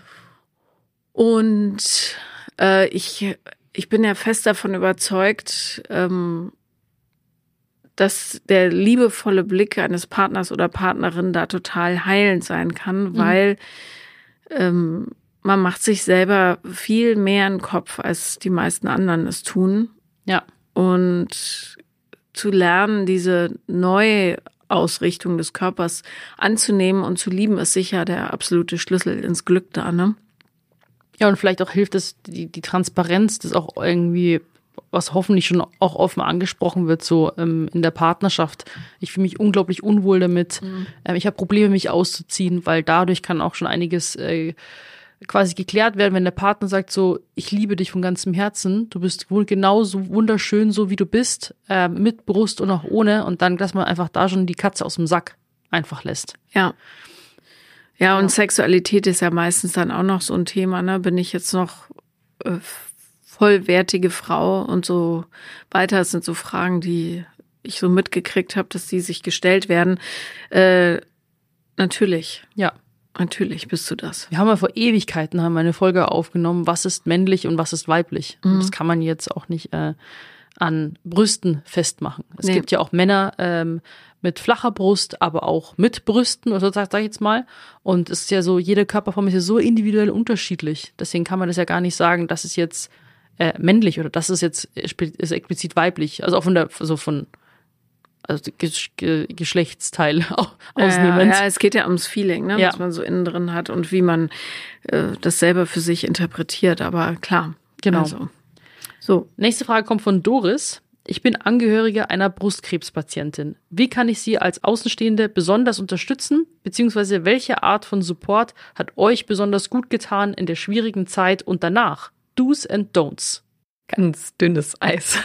Speaker 3: Und Ich, ich bin ja fest davon überzeugt, ähm, dass der liebevolle Blick eines Partners oder Partnerin da total heilend sein kann, mhm. weil ähm, man macht sich selber viel mehr in den Kopf, als die meisten anderen es tun.
Speaker 1: Ja.
Speaker 3: Und zu lernen, diese neue Ausrichtung des Körpers anzunehmen und zu lieben, ist sicher der absolute Schlüssel ins Glück da, ne?
Speaker 1: Ja, und vielleicht auch hilft es, die, die Transparenz, das auch irgendwie, was hoffentlich schon auch offen angesprochen wird, so ähm, in der Partnerschaft. Ich fühle mich unglaublich unwohl damit. Mhm. Ähm, ich habe Probleme, mich auszuziehen, weil dadurch kann auch schon einiges äh, quasi geklärt werden, wenn der Partner sagt so, ich liebe dich von ganzem Herzen, du bist wohl genauso wunderschön, so wie du bist, äh, mit Brust und auch ohne. Und dann, dass man einfach da schon die Katze aus dem Sack einfach lässt.
Speaker 3: Ja. Ja, und ja. Sexualität ist ja meistens dann auch noch so ein Thema, ne? Bin ich jetzt noch äh, vollwertige Frau und so weiter? Das sind so Fragen, die ich so mitgekriegt habe, dass die sich gestellt werden. Äh, natürlich.
Speaker 1: Ja.
Speaker 3: Natürlich bist du das.
Speaker 1: Wir haben ja vor Ewigkeiten haben wir eine Folge aufgenommen, was ist männlich und was ist weiblich. Mhm. Und das kann man jetzt auch nicht äh, an Brüsten festmachen. Es nee. gibt ja auch Männer, ähm, mit flacher Brust, aber auch mit Brüsten, oder so sag, sag ich jetzt mal. Und es ist ja so, jede Körperform ist ja so individuell unterschiedlich. Deswegen kann man das ja gar nicht sagen, das ist jetzt äh, männlich oder das ist jetzt ist explizit weiblich. Also auch von der, so von also Gesch Ge Geschlechtsteil ausnehmend.
Speaker 3: Ja, ja, es geht ja ums Feeling, ne,
Speaker 1: ja.
Speaker 3: was man so innen drin hat und wie man äh, das selber für sich interpretiert. Aber klar,
Speaker 1: genau.
Speaker 3: Also. So.
Speaker 1: Nächste Frage kommt von Doris. Ich bin Angehörige einer Brustkrebspatientin. Wie kann ich Sie als Außenstehende besonders unterstützen? Beziehungsweise welche Art von Support hat euch besonders gut getan in der schwierigen Zeit und danach? Do's and Don'ts.
Speaker 4: Ganz dünnes Eis.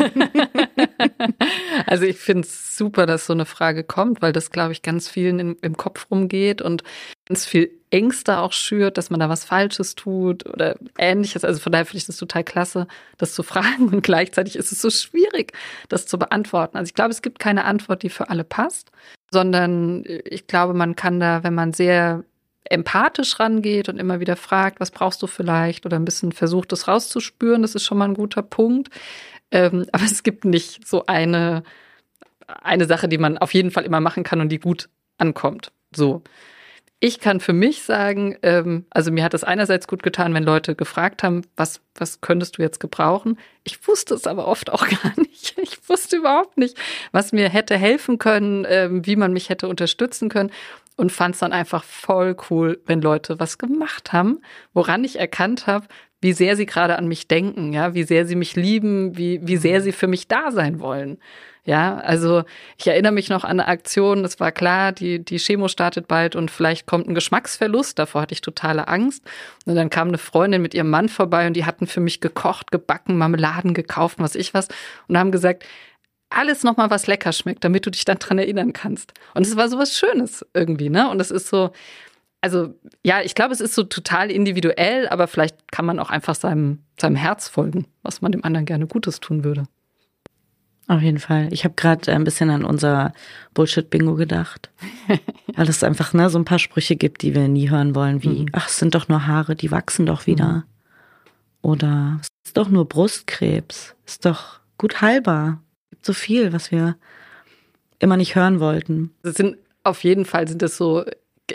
Speaker 4: Also ich finde es super, dass so eine Frage kommt, weil das, glaube ich, ganz vielen im, im Kopf rumgeht und ganz viel Ängste auch schürt, dass man da was Falsches tut oder Ähnliches. Also von daher finde ich das total klasse, das zu fragen. Und gleichzeitig ist es so schwierig, das zu beantworten. Also ich glaube, es gibt keine Antwort, die für alle passt, sondern ich glaube, man kann da, wenn man sehr empathisch rangeht und immer wieder fragt, was brauchst du vielleicht oder ein bisschen versucht, das rauszuspüren, das ist schon mal ein guter Punkt. Ähm, aber es gibt nicht so eine, eine Sache, die man auf jeden Fall immer machen kann und die gut ankommt. So. Ich kann für mich sagen, ähm, also mir hat es einerseits gut getan, wenn Leute gefragt haben, was, was könntest du jetzt gebrauchen? Ich wusste es aber oft auch gar nicht. Ich wusste überhaupt nicht, was mir hätte helfen können, ähm, wie man mich hätte unterstützen können. Und fand es dann einfach voll cool, wenn Leute was gemacht haben, woran ich erkannt habe, wie sehr sie gerade an mich denken, ja, wie sehr sie mich lieben, wie, wie sehr sie für mich da sein wollen. Ja, also ich erinnere mich noch an eine Aktion, es war klar, die, die Chemo startet bald und vielleicht kommt ein Geschmacksverlust, davor hatte ich totale Angst. Und dann kam eine Freundin mit ihrem Mann vorbei und die hatten für mich gekocht, gebacken, Marmeladen gekauft, was ich was und haben gesagt, alles nochmal, was lecker schmeckt, damit du dich dann dran erinnern kannst. Und es war so was Schönes irgendwie, ne? Und es ist so, also ja, ich glaube, es ist so total individuell, aber vielleicht kann man auch einfach seinem, seinem Herz folgen, was man dem anderen gerne Gutes tun würde.
Speaker 5: Auf jeden Fall. Ich habe gerade ein bisschen an unser Bullshit-Bingo gedacht. Weil es einfach ne, so ein paar Sprüche gibt, die wir nie hören wollen, wie, mhm. ach, es sind doch nur Haare, die wachsen doch wieder. Mhm. Oder es ist doch nur Brustkrebs, ist doch gut heilbar. So viel, was wir immer nicht hören wollten.
Speaker 4: Das sind auf jeden Fall sind das so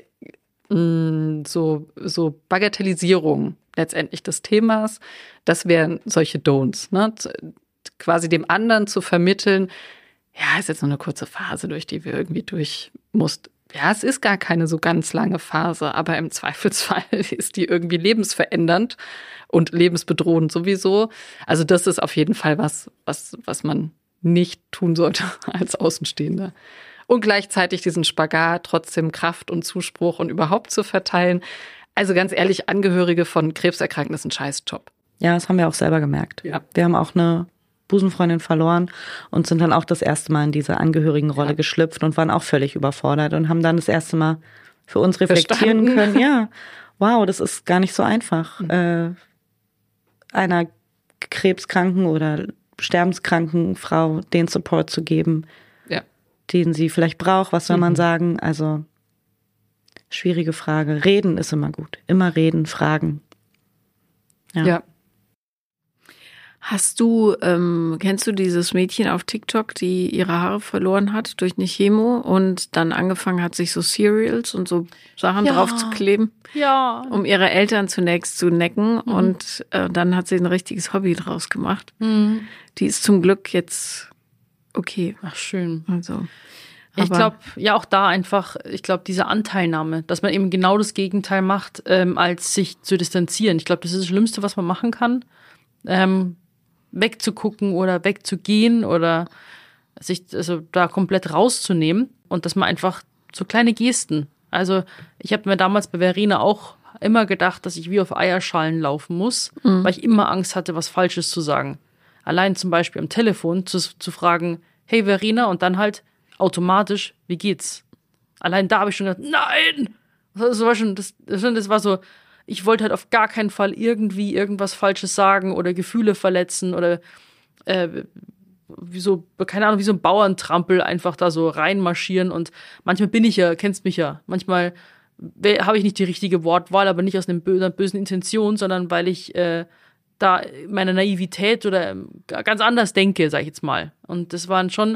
Speaker 4: so so Bagatellisierung letztendlich des Themas. Das wären solche Don'ts, ne? Quasi dem anderen zu vermitteln, ja, ist jetzt nur eine kurze Phase, durch die wir irgendwie durch musst. Ja, es ist gar keine so ganz lange Phase, aber im Zweifelsfall ist die irgendwie lebensverändernd und lebensbedrohend sowieso. Also das ist auf jeden Fall was, was, was man nicht tun sollte als Außenstehender. Und gleichzeitig diesen Spagat, trotzdem Kraft und Zuspruch und überhaupt zu verteilen. Also ganz ehrlich, Angehörige von Krebserkrankten ist ein Scheißjob.
Speaker 5: Ja, das haben wir auch selber gemerkt.
Speaker 4: Ja.
Speaker 5: Wir haben auch eine Busenfreundin verloren und sind dann auch das erste Mal in diese Angehörigenrolle ja. geschlüpft und waren auch völlig überfordert und haben dann das erste Mal für uns reflektieren Verstanden. können. Ja, wow, das ist gar nicht so einfach, mhm. äh, einer krebskranken oder sterbenskranken Frau den Support zu geben,
Speaker 4: ja.
Speaker 5: den sie vielleicht braucht. Was soll mhm. man sagen? Also schwierige Frage. Reden ist immer gut. Immer reden, fragen. Ja.
Speaker 4: ja.
Speaker 3: Hast du, ähm, kennst du dieses Mädchen auf TikTok, die ihre Haare verloren hat durch eine Chemo und dann angefangen hat, sich so Cereals und so Sachen
Speaker 1: ja.
Speaker 3: drauf zu kleben?
Speaker 1: Ja.
Speaker 3: Um ihre Eltern zunächst zu necken mhm. und äh, dann hat sie ein richtiges Hobby draus gemacht.
Speaker 1: Mhm.
Speaker 3: Die ist zum Glück jetzt okay.
Speaker 1: Ach, schön.
Speaker 3: Also.
Speaker 1: Ich glaube, ja, auch da einfach, ich glaube, diese Anteilnahme, dass man eben genau das Gegenteil macht, ähm, als sich zu distanzieren. Ich glaube, das ist das Schlimmste, was man machen kann. Ähm, wegzugucken oder wegzugehen oder sich also da komplett rauszunehmen und dass man einfach so kleine Gesten. Also ich habe mir damals bei Verena auch immer gedacht, dass ich wie auf Eierschalen laufen muss, mhm. weil ich immer Angst hatte, was Falsches zu sagen. Allein zum Beispiel am Telefon zu, zu fragen, hey Verena, und dann halt automatisch, wie geht's? Allein da habe ich schon gedacht, nein! Das war schon, das, das war so, ich wollte halt auf gar keinen Fall irgendwie irgendwas Falsches sagen oder Gefühle verletzen oder äh, wie so, keine Ahnung, wie so ein Bauerntrampel einfach da so reinmarschieren. Und manchmal bin ich ja, kennst mich ja, manchmal habe ich nicht die richtige Wortwahl, aber nicht aus einer bösen, bösen Intention, sondern weil ich äh, da meine Naivität oder ganz anders denke, sag ich jetzt mal. Und das waren schon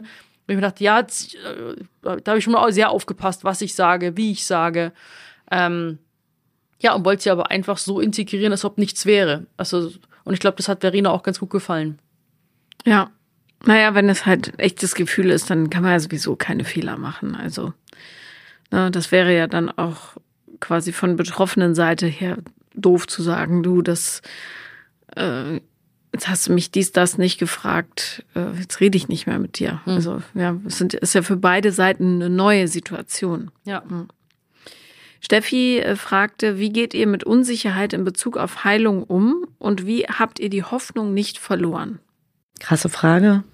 Speaker 1: ich mir dachte, ja, jetzt, äh, da habe ich schon mal sehr aufgepasst, was ich sage, wie ich sage. Ähm, ja, und wollte sie aber einfach so integrieren, als ob nichts wäre. Also, und ich glaube, das hat Verena auch ganz gut gefallen.
Speaker 3: Ja. Naja, wenn es halt echtes Gefühl ist, dann kann man ja sowieso keine Fehler machen. Also, na, das wäre ja dann auch quasi von betroffenen Seite her doof zu sagen, du, das, äh, jetzt hast du mich dies, das nicht gefragt, äh, jetzt rede ich nicht mehr mit dir. Hm. Also, ja, es sind, ist ja für beide Seiten eine neue Situation.
Speaker 1: Ja.
Speaker 3: Hm. Steffi äh, fragte, wie geht ihr mit Unsicherheit in Bezug auf Heilung um und wie habt ihr die Hoffnung nicht verloren?
Speaker 5: Krasse Frage.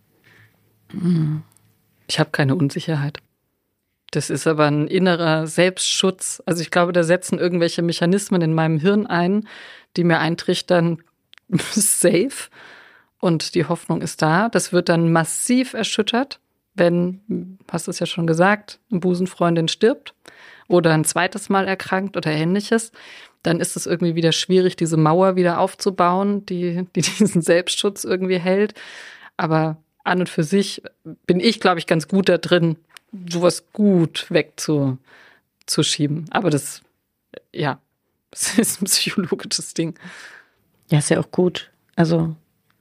Speaker 4: Ich habe keine Unsicherheit. Das ist aber ein innerer Selbstschutz. Also ich glaube, da setzen irgendwelche Mechanismen in meinem Hirn ein, die mir eintrichtern, safe. Und die Hoffnung ist da. Das wird dann massiv erschüttert, wenn, hast du es ja schon gesagt, eine Busenfreundin stirbt oder ein zweites Mal erkrankt oder Ähnliches. Dann ist es irgendwie wieder schwierig, diese Mauer wieder aufzubauen, die, die diesen Selbstschutz irgendwie hält. Aber an und für sich bin ich, glaube ich, ganz gut da drin, sowas gut wegzuschieben. Aber das, ja, das ist ein psychologisches Ding.
Speaker 5: Ja, ist ja auch gut. Also,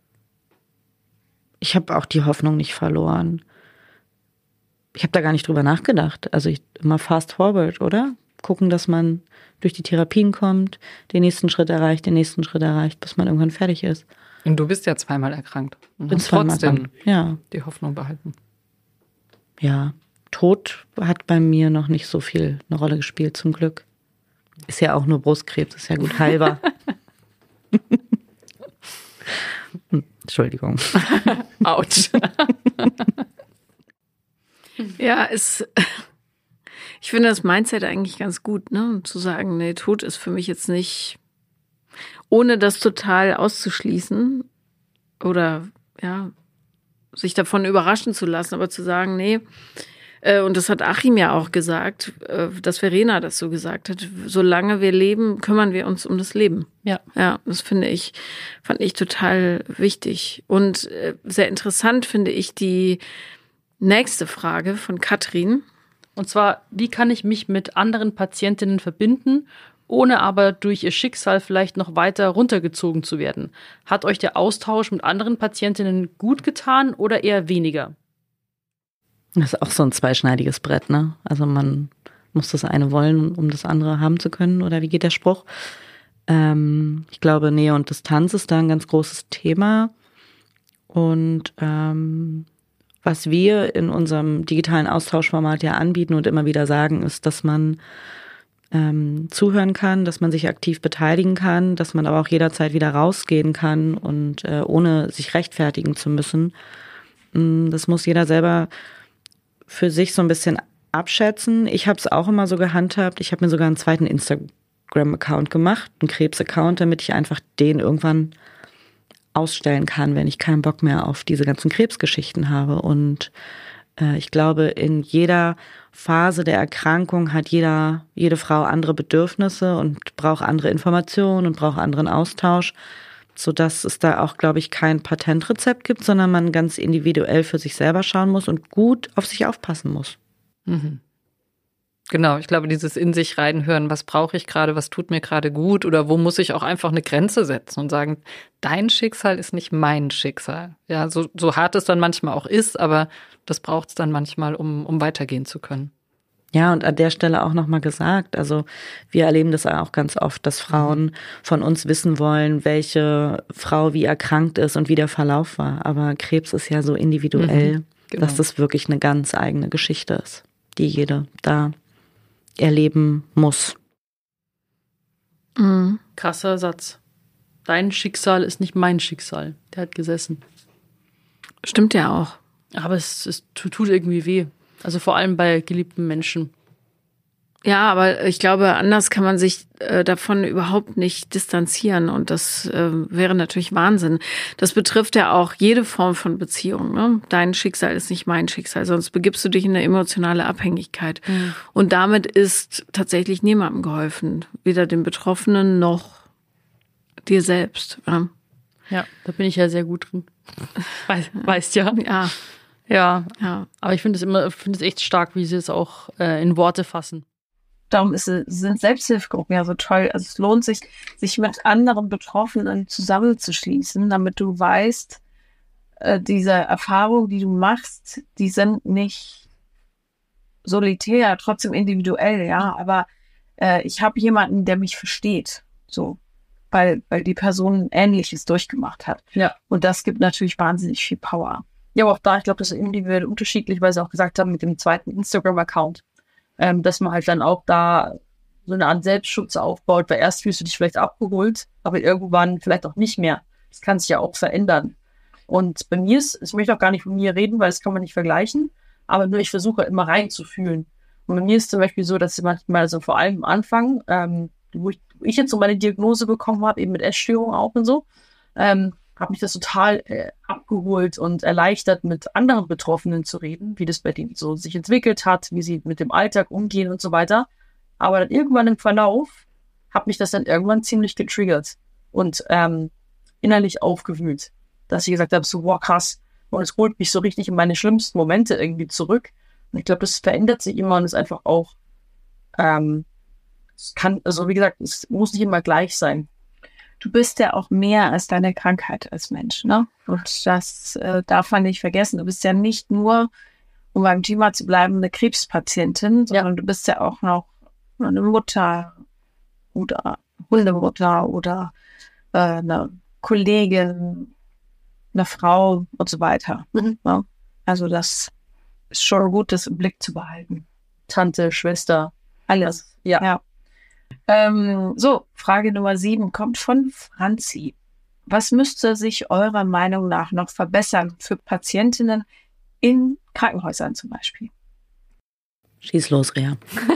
Speaker 5: ich habe auch die Hoffnung nicht verloren. Ich habe da gar nicht drüber nachgedacht. Also ich, immer fast forward, oder? Gucken, dass man durch die Therapien kommt, den nächsten Schritt erreicht, den nächsten Schritt erreicht, bis man irgendwann fertig ist.
Speaker 4: Und du bist ja zweimal erkrankt. Und
Speaker 5: Bin
Speaker 4: hast
Speaker 5: zweimal
Speaker 4: trotzdem
Speaker 5: erkrankt. Ja.
Speaker 4: die Hoffnung behalten.
Speaker 5: Ja, Tod hat bei mir noch nicht so viel eine Rolle gespielt, zum Glück. Ist ja auch nur Brustkrebs, ist ja gut heilbar. Entschuldigung.
Speaker 4: Autsch.
Speaker 3: Ja, es, ich finde das Mindset eigentlich ganz gut, ne? Zu sagen, nee, Tod ist für mich jetzt nicht, ohne das total auszuschließen oder, ja, sich davon überraschen zu lassen, aber zu sagen, nee, äh, und das hat Achim ja auch gesagt, äh, dass Verena das so gesagt hat, solange wir leben, kümmern wir uns um das Leben.
Speaker 1: Ja.
Speaker 3: Ja, das finde ich, fand ich total wichtig. Und äh, sehr interessant finde ich die nächste Frage von Katrin.
Speaker 1: Und zwar, wie kann ich mich mit anderen Patientinnen verbinden, ohne aber durch ihr Schicksal vielleicht noch weiter runtergezogen zu werden? Hat euch der Austausch mit anderen Patientinnen gut getan oder eher weniger?
Speaker 5: Das ist auch so ein zweischneidiges Brett, ne? Also man muss das eine wollen, um das andere haben zu können, oder wie geht der Spruch? Ähm, ich glaube, Nähe und Distanz ist da ein ganz großes Thema. Und ähm, was wir in unserem digitalen Austauschformat ja anbieten und immer wieder sagen, ist, dass man ähm, zuhören kann, dass man sich aktiv beteiligen kann, dass man aber auch jederzeit wieder rausgehen kann und äh, ohne sich rechtfertigen zu müssen. Das muss jeder selber für sich so ein bisschen abschätzen. Ich habe es auch immer so gehandhabt. Ich habe mir sogar einen zweiten Instagram-Account gemacht, einen Krebs-Account, damit ich einfach den irgendwann ausstellen kann, wenn ich keinen Bock mehr auf diese ganzen Krebsgeschichten habe. Und äh, ich glaube, in jeder Phase der Erkrankung hat jeder, jede Frau andere Bedürfnisse und braucht andere Informationen und braucht anderen Austausch, sodass es da auch, glaube ich, kein Patentrezept gibt, sondern man ganz individuell für sich selber schauen muss und gut auf sich aufpassen muss.
Speaker 4: Mhm. Genau, ich glaube, dieses in sich reinhören, was brauche ich gerade, was tut mir gerade gut oder wo muss ich auch einfach eine Grenze setzen und sagen, dein Schicksal ist nicht mein Schicksal. Ja, so, so hart es dann manchmal auch ist, aber das braucht es dann manchmal, um, um weitergehen zu können.
Speaker 5: Ja, und an der Stelle auch nochmal gesagt, also wir erleben das auch ganz oft, dass Frauen von uns wissen wollen, welche Frau wie erkrankt ist und wie der Verlauf war. Aber Krebs ist ja so individuell,
Speaker 4: mhm, genau.
Speaker 5: dass das wirklich eine ganz eigene Geschichte ist, die jede da erleben muss.
Speaker 3: Mhm.
Speaker 1: Krasser Satz. Dein Schicksal ist nicht mein Schicksal. Der hat gesessen.
Speaker 3: Stimmt ja auch.
Speaker 1: Aber es, es tut irgendwie weh. Also vor allem bei geliebten Menschen.
Speaker 3: Ja, aber ich glaube, anders kann man sich äh, davon überhaupt nicht distanzieren und das äh, wäre natürlich Wahnsinn. Das betrifft ja auch jede Form von Beziehung. Ne? Dein Schicksal ist nicht mein Schicksal, sonst begibst du dich in eine emotionale Abhängigkeit. Mhm. Und damit ist tatsächlich niemandem geholfen, weder dem Betroffenen noch dir selbst. Ja,
Speaker 1: ja, da bin ich ja sehr gut drin. Weiß, weißt ja.
Speaker 3: Ja.
Speaker 1: Ja,
Speaker 3: Ja.
Speaker 1: aber ich finde es immer, finde es echt stark, wie sie es auch äh, in Worte fassen.
Speaker 6: Darum ist, es- sind Selbsthilfegruppen ja so toll. Also es lohnt sich, sich mit anderen Betroffenen zusammenzuschließen, damit du weißt, äh, diese Erfahrungen, die du machst, die sind nicht solitär, trotzdem individuell, ja. Aber äh, ich habe jemanden, der mich versteht, so, weil weil die Person Ähnliches durchgemacht hat.
Speaker 7: Ja.
Speaker 6: Und das gibt natürlich wahnsinnig viel Power.
Speaker 7: Ja, aber auch da, ich glaube, das ist individuell unterschiedlich, weil sie auch gesagt haben, mit dem zweiten Instagram-Account, ähm, dass man halt dann auch da so eine Art Selbstschutz aufbaut, weil erst fühlst du dich vielleicht abgeholt, aber irgendwann vielleicht auch nicht mehr. Das kann sich ja auch verändern. Und bei mir ist, ich möchte auch gar nicht von mir reden, weil das kann man nicht vergleichen, aber nur ich versuche immer reinzufühlen. Und bei mir ist zum Beispiel so, dass ich manchmal so vor allem am Anfang, ähm, wo ich, wo ich jetzt so meine Diagnose bekommen habe, eben mit Essstörung auch und so, ähm, habe mich das total äh, abgeholt und erleichtert, mit anderen Betroffenen zu reden, wie das bei denen so sich entwickelt hat, wie sie mit dem Alltag umgehen und so weiter. Aber dann irgendwann im Verlauf hat mich das dann irgendwann ziemlich getriggert und ähm, innerlich aufgewühlt, dass ich gesagt habe, so, wow, krass. Und es holt mich so richtig in meine schlimmsten Momente irgendwie zurück. Und ich glaube, das verändert sich immer und ist einfach auch, ähm, es kann, also wie gesagt, es muss nicht immer gleich sein.
Speaker 6: Du bist ja auch mehr als deine Krankheit als Mensch, ne? Und das äh, darf man nicht vergessen. Du bist ja nicht nur, um beim Thema zu bleiben, eine Krebspatientin, sondern du bist ja auch noch eine Mutter oder Hundemutter oder äh, eine Kollegin, eine Frau und so weiter.
Speaker 7: Mhm.
Speaker 6: Ne? Also das ist schon gut, das im Blick zu behalten.
Speaker 7: Tante, Schwester,
Speaker 6: Alles.
Speaker 7: ja.
Speaker 6: Ja. Ähm, so, Frage Nummer sieben kommt von Franzi. Was müsste sich eurer Meinung nach noch verbessern für Patientinnen in Krankenhäusern zum Beispiel?
Speaker 5: Schieß los, Rea.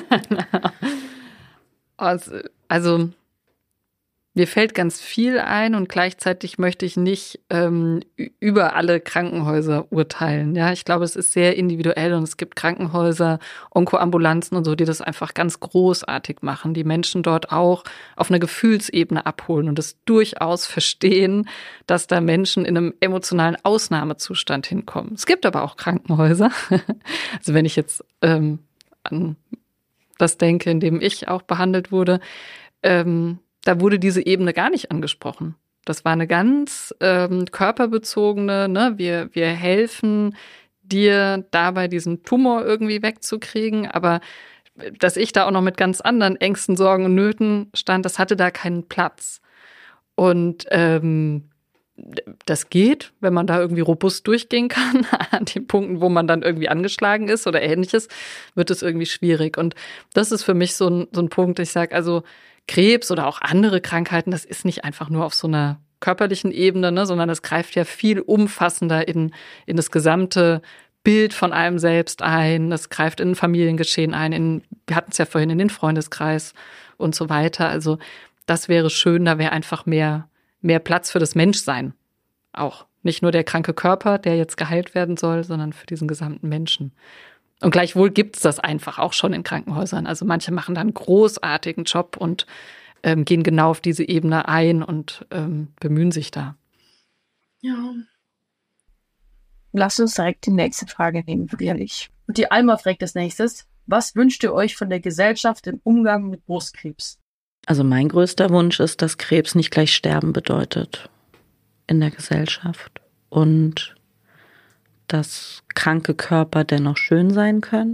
Speaker 4: Also, also mir fällt ganz viel ein und gleichzeitig möchte ich nicht ähm, ü- über alle Krankenhäuser urteilen. Ja, ich glaube, es ist sehr individuell und es gibt Krankenhäuser, Onkoambulanzen und so, die das einfach ganz großartig machen, die Menschen dort auch auf einer Gefühlsebene abholen und es durchaus verstehen, dass da Menschen in einem emotionalen Ausnahmezustand hinkommen. Es gibt aber auch Krankenhäuser, also wenn ich jetzt ähm, an das denke, in dem ich auch behandelt wurde, ähm, da wurde diese Ebene gar nicht angesprochen. Das war eine ganz ähm, körperbezogene, ne, wir, wir helfen dir dabei, diesen Tumor irgendwie wegzukriegen, aber dass ich da auch noch mit ganz anderen Ängsten, Sorgen und Nöten stand, das hatte da keinen Platz. Und ähm, das geht, wenn man da irgendwie robust durchgehen kann, an den Punkten, wo man dann irgendwie angeschlagen ist oder ähnliches, wird es irgendwie schwierig. Und das ist für mich so ein, so ein Punkt, ich sage, also Krebs oder auch andere Krankheiten, das ist nicht einfach nur auf so einer körperlichen Ebene, ne, sondern es greift ja viel umfassender in, in das gesamte Bild von einem selbst ein. Das greift in ein Familiengeschehen ein, in, wir hatten es ja vorhin, in den Freundeskreis und so weiter. Also das wäre schön, da wäre einfach mehr, mehr Platz für das Menschsein auch. Nicht nur der kranke Körper, der jetzt geheilt werden soll, sondern für diesen gesamten Menschen. Und gleichwohl gibt es das einfach auch schon in Krankenhäusern. Also manche machen da einen großartigen Job und ähm, gehen genau auf diese Ebene ein und ähm, bemühen sich da.
Speaker 7: Ja.
Speaker 6: Lass uns direkt die nächste Frage nehmen, ehrlich.
Speaker 7: Und die Alma fragt als nächstes, was wünscht ihr euch von der Gesellschaft im Umgang mit Brustkrebs?
Speaker 5: Also mein größter Wunsch ist, dass Krebs nicht gleich Sterben bedeutet in der Gesellschaft und dass kranke Körper dennoch schön sein können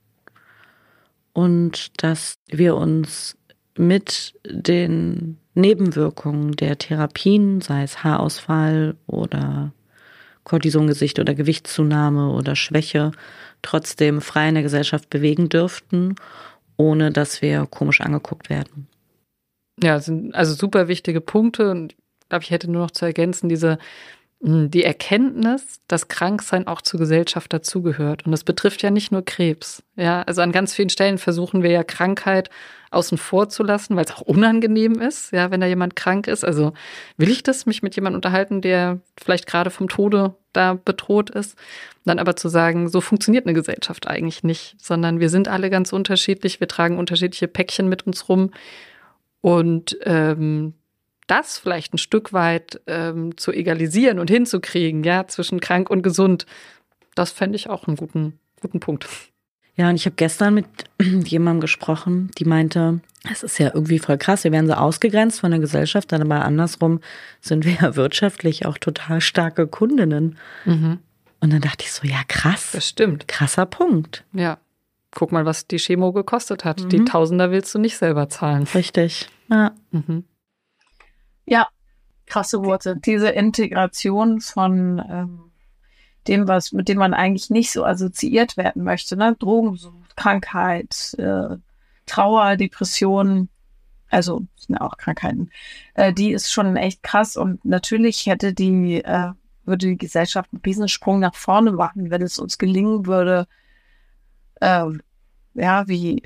Speaker 5: und dass wir uns mit den Nebenwirkungen der Therapien, sei es Haarausfall oder Kortisongesicht oder Gewichtszunahme oder Schwäche, trotzdem frei in der Gesellschaft bewegen dürften, ohne dass wir komisch angeguckt werden.
Speaker 4: Ja, das sind also super wichtige Punkte und ich glaube, ich hätte nur noch zu ergänzen, diese die Erkenntnis, dass Kranksein auch zur Gesellschaft dazugehört. Und das betrifft ja nicht nur Krebs. Ja, also an ganz vielen Stellen versuchen wir ja Krankheit außen vor zu lassen, weil es auch unangenehm ist, ja, wenn da jemand krank ist. Also will ich das, mich mit jemandem unterhalten, der vielleicht gerade vom Tode da bedroht ist? Dann aber zu sagen, so funktioniert eine Gesellschaft eigentlich nicht, sondern wir sind alle ganz unterschiedlich, wir tragen unterschiedliche Päckchen mit uns rum und ähm, das vielleicht ein Stück weit ähm, zu egalisieren und hinzukriegen, ja, zwischen krank und gesund, das fände ich auch einen guten, guten Punkt.
Speaker 5: Ja, und ich habe gestern mit jemandem gesprochen, die meinte, es ist ja irgendwie voll krass, wir werden so ausgegrenzt von der Gesellschaft, dann aber andersrum sind wir ja wirtschaftlich auch total starke Kundinnen.
Speaker 4: Mhm.
Speaker 5: Und dann dachte ich so, ja krass,
Speaker 4: Das stimmt.
Speaker 5: krasser Punkt.
Speaker 4: Ja. Guck mal, was die Chemo gekostet hat.
Speaker 5: Mhm.
Speaker 4: Die Tausender willst du nicht selber zahlen.
Speaker 5: Richtig, ja.
Speaker 4: Mhm.
Speaker 6: Ja, krasse Worte. Diese Integration von ähm, dem, was, mit dem man eigentlich nicht so assoziiert werden möchte, ne? Drogensucht, Krankheit, äh, Trauer, Depressionen, also sind ja auch Krankheiten, äh, die ist schon echt krass und natürlich hätte die, äh, würde die Gesellschaft einen Riesensprung nach vorne machen, wenn es uns gelingen würde, äh, ja, wie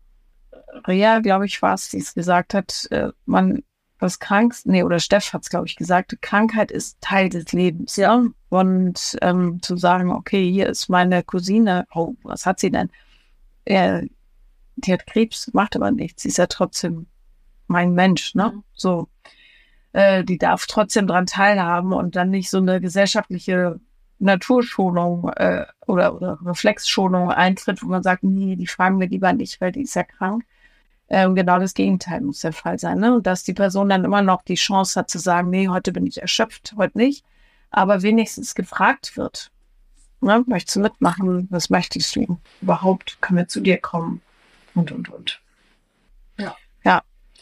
Speaker 6: Rea, glaube ich, war es, die es gesagt hat, äh, man was krank, nee, oder Steff hat es, glaube ich, gesagt, Krankheit ist Teil des Lebens, ja. Und ähm, zu sagen, okay, hier ist meine Cousine, oh, was hat sie denn? Äh, die hat Krebs, macht aber nichts, sie ist ja trotzdem mein Mensch, ne? Mhm. So, äh, die darf trotzdem dran teilhaben und dann nicht so eine gesellschaftliche Naturschonung äh, oder, oder Reflexschonung eintritt, wo man sagt, nee, die fragen wir lieber nicht, weil die ist ja krank. Ähm, genau das Gegenteil muss der Fall sein, ne? Und dass die Person dann immer noch die Chance hat zu sagen, nee, heute bin ich erschöpft, heute nicht, aber wenigstens gefragt wird, ne? Möchtest du mitmachen? Was möchtest du überhaupt? Können wir zu dir kommen? Und, und, und. Ja. Ja.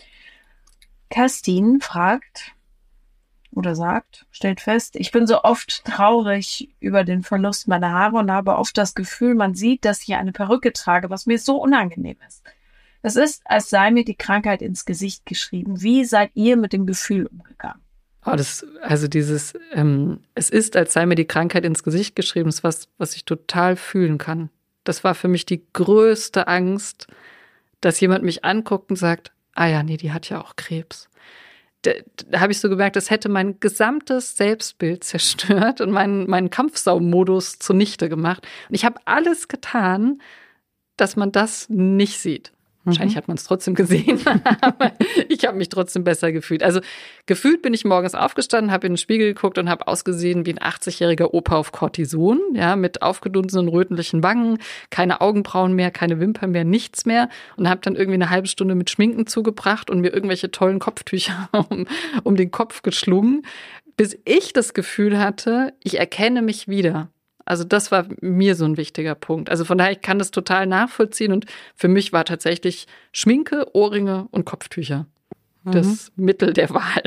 Speaker 6: Kerstin fragt oder sagt, stellt fest, ich bin so oft traurig über den Verlust meiner Haare und habe oft das Gefühl, man sieht, dass ich eine Perücke trage, was mir so unangenehm ist. Es ist, als sei mir die Krankheit ins Gesicht geschrieben. Wie seid ihr mit dem Gefühl umgegangen?
Speaker 4: Oh, das, also dieses, ähm, es ist, als sei mir die Krankheit ins Gesicht geschrieben, ist was, was ich total fühlen kann. Das war für mich die größte Angst, dass jemand mich anguckt und sagt, ah ja, nee, die hat ja auch Krebs. Da, da habe ich so gemerkt, das hätte mein gesamtes Selbstbild zerstört und meinen, meinen Kampfsau-Modus zunichte gemacht. Und ich habe alles getan, dass man das nicht sieht. Wahrscheinlich hat man es trotzdem gesehen, aber ich habe mich trotzdem besser gefühlt. Also gefühlt bin ich morgens aufgestanden, habe in den Spiegel geguckt und habe ausgesehen wie ein achtzigjähriger Opa auf Cortison, ja, mit aufgedunsenen rötlichen Wangen, keine Augenbrauen mehr, keine Wimpern mehr, nichts mehr und habe dann irgendwie eine halbe Stunde mit Schminken zugebracht und mir irgendwelche tollen Kopftücher um, um den Kopf geschlungen, bis ich das Gefühl hatte, ich erkenne mich wieder. Also das war mir so ein wichtiger Punkt. Also von daher, ich kann das total nachvollziehen und für mich war tatsächlich Schminke, Ohrringe und Kopftücher das mhm. Mittel der Wahl.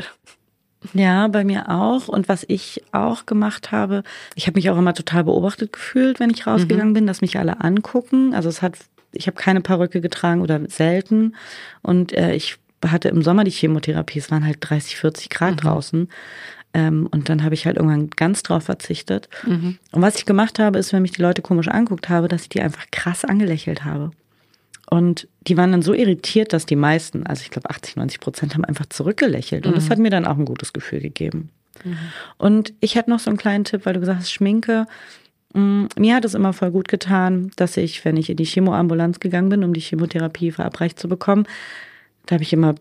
Speaker 5: Ja, bei mir auch. Und was ich auch gemacht habe, ich habe mich auch immer total beobachtet gefühlt, wenn ich rausgegangen mhm. bin, dass mich alle angucken. Also es hat, ich habe keine Perücke getragen oder selten. Und äh, ich hatte im Sommer die Chemotherapie, es waren halt dreißig, vierzig Grad mhm. draußen. Ähm, und dann habe ich halt irgendwann ganz drauf verzichtet. Mhm. Und was ich gemacht habe, ist, wenn mich die Leute komisch angeguckt habe, dass ich die einfach krass angelächelt habe. Und die waren dann so irritiert, dass die meisten, also ich glaube achtzig, neunzig Prozent haben einfach zurückgelächelt. Und mhm. das hat mir dann auch ein gutes Gefühl gegeben. Mhm. Und ich hätte noch so einen kleinen Tipp, weil du gesagt hast, Schminke. Mir hat es immer voll gut getan, dass ich, wenn ich in die Chemoambulanz gegangen bin, um die Chemotherapie verabreicht zu bekommen, da habe ich immer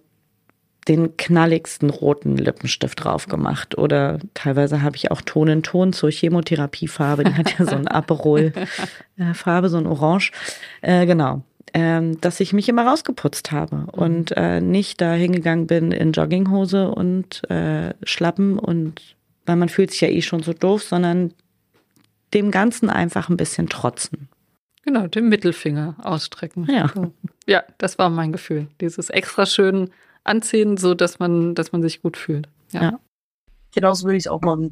Speaker 5: den knalligsten roten Lippenstift drauf gemacht. Oder teilweise habe ich auch Ton in Ton zur Chemotherapiefarbe. Die hat ja so eine Aperol-Farbe, so ein Orange. Äh, genau. Ähm, dass ich mich immer rausgeputzt habe und äh, nicht da hingegangen bin in Jogginghose und äh, Schlappen und weil man fühlt sich ja eh schon so doof, sondern dem Ganzen einfach ein bisschen trotzen.
Speaker 4: Genau, den Mittelfinger ausstrecken.
Speaker 5: Ja.
Speaker 4: Ja, das war mein Gefühl. Dieses extra schön anziehen, so dass man, dass man sich gut fühlt. Ja. ja.
Speaker 6: Genau so würde ich es auch machen.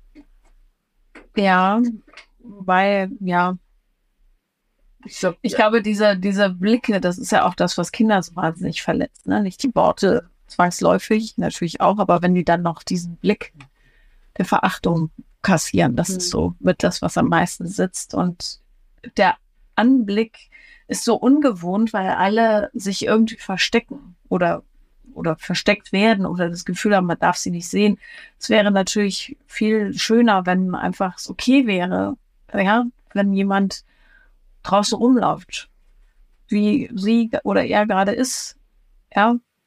Speaker 6: Ja, weil, ja, ich, glaub, ich glaube, dieser, dieser Blick, das ist ja auch das, was Kinder so wahnsinnig verletzt. Ne? Nicht die Worte zwangsläufig, natürlich auch, aber wenn die dann noch diesen Blick der Verachtung kassieren, das mhm. ist so mit das, was am meisten sitzt. Und der Anblick ist so ungewohnt, weil alle sich irgendwie verstecken oder oder versteckt werden oder das Gefühl haben, man darf sie nicht sehen. Es wäre natürlich viel schöner, wenn einfach es okay wäre, ja, wenn jemand draußen rumläuft, wie sie oder er gerade ist, ja,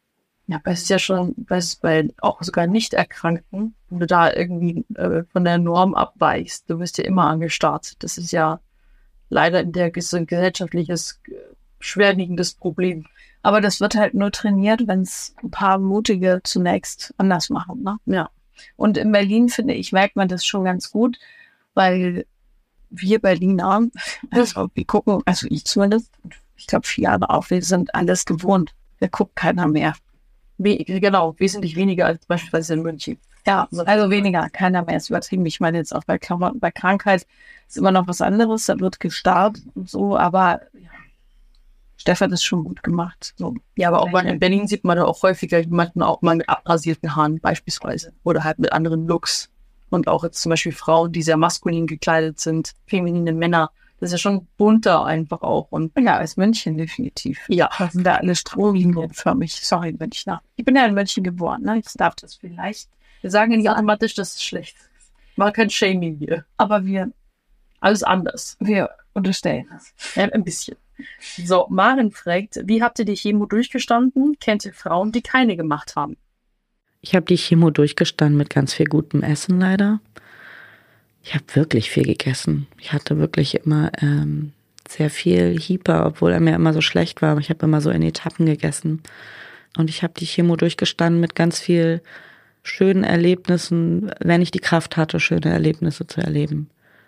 Speaker 7: Ja, aber es ist ja schon, bei, bei auch sogar Nicht-Erkrankten, wenn du da irgendwie äh, von der Norm abweichst, du wirst ja immer angestarrt. Das ist ja leider in der ges- gesellschaftliches, äh, schwerwiegendes Problem.
Speaker 6: Aber das wird halt nur trainiert, wenn es ein paar Mutige zunächst anders machen. Ne?
Speaker 7: Ja.
Speaker 6: Und in Berlin, finde ich, merkt man das schon ganz gut, weil wir Berliner, also wir gucken, also ich zumindest, ich glaube vier Jahre auf, wir sind alles gewohnt. Da guckt keiner mehr.
Speaker 7: We genau, wesentlich weniger als beispielsweise in München.
Speaker 6: Ja, also weniger, keiner mehr ist übertrieben. Ich meine jetzt auch bei Klamotten, bei Krankheit ist immer noch was anderes, da wird gestarrt und so, aber ja, Stefan hat das schon gut gemacht. So.
Speaker 7: Ja, aber auch mal in Berlin sieht man da auch häufiger jemanden auch mal mit abrasierten Haaren beispielsweise oder halt mit anderen Looks. Und auch jetzt zum Beispiel Frauen, die sehr maskulin gekleidet sind, feminine Männer. Das ist ja schon bunter einfach auch. Und
Speaker 6: Ja, als München definitiv.
Speaker 7: ja,
Speaker 6: Da sind da alle stromlinienförmig. Sorry, Münchner. Ich bin ja in München geboren, ne? Ich darf das vielleicht.
Speaker 7: wir sagen ja nicht automatisch, das ist schlecht. Mal kein Shaming hier.
Speaker 6: Aber wir,
Speaker 7: Alles anders.
Speaker 6: wir unterstellen das.
Speaker 7: Ja, ein bisschen. So, Maren fragt, wie habt ihr die Chemo durchgestanden? Kennt ihr Frauen, die keine gemacht haben?
Speaker 5: Ich habe die Chemo durchgestanden mit ganz viel gutem Essen leider. Ich habe wirklich viel gegessen. Ich hatte wirklich immer ähm, sehr viel Hyper, obwohl er mir immer so schlecht war. Aber ich habe immer so in Etappen gegessen. Und ich habe die Chemo durchgestanden mit ganz viel schönen Erlebnissen, wenn ich die Kraft hatte, schöne Erlebnisse zu erleben.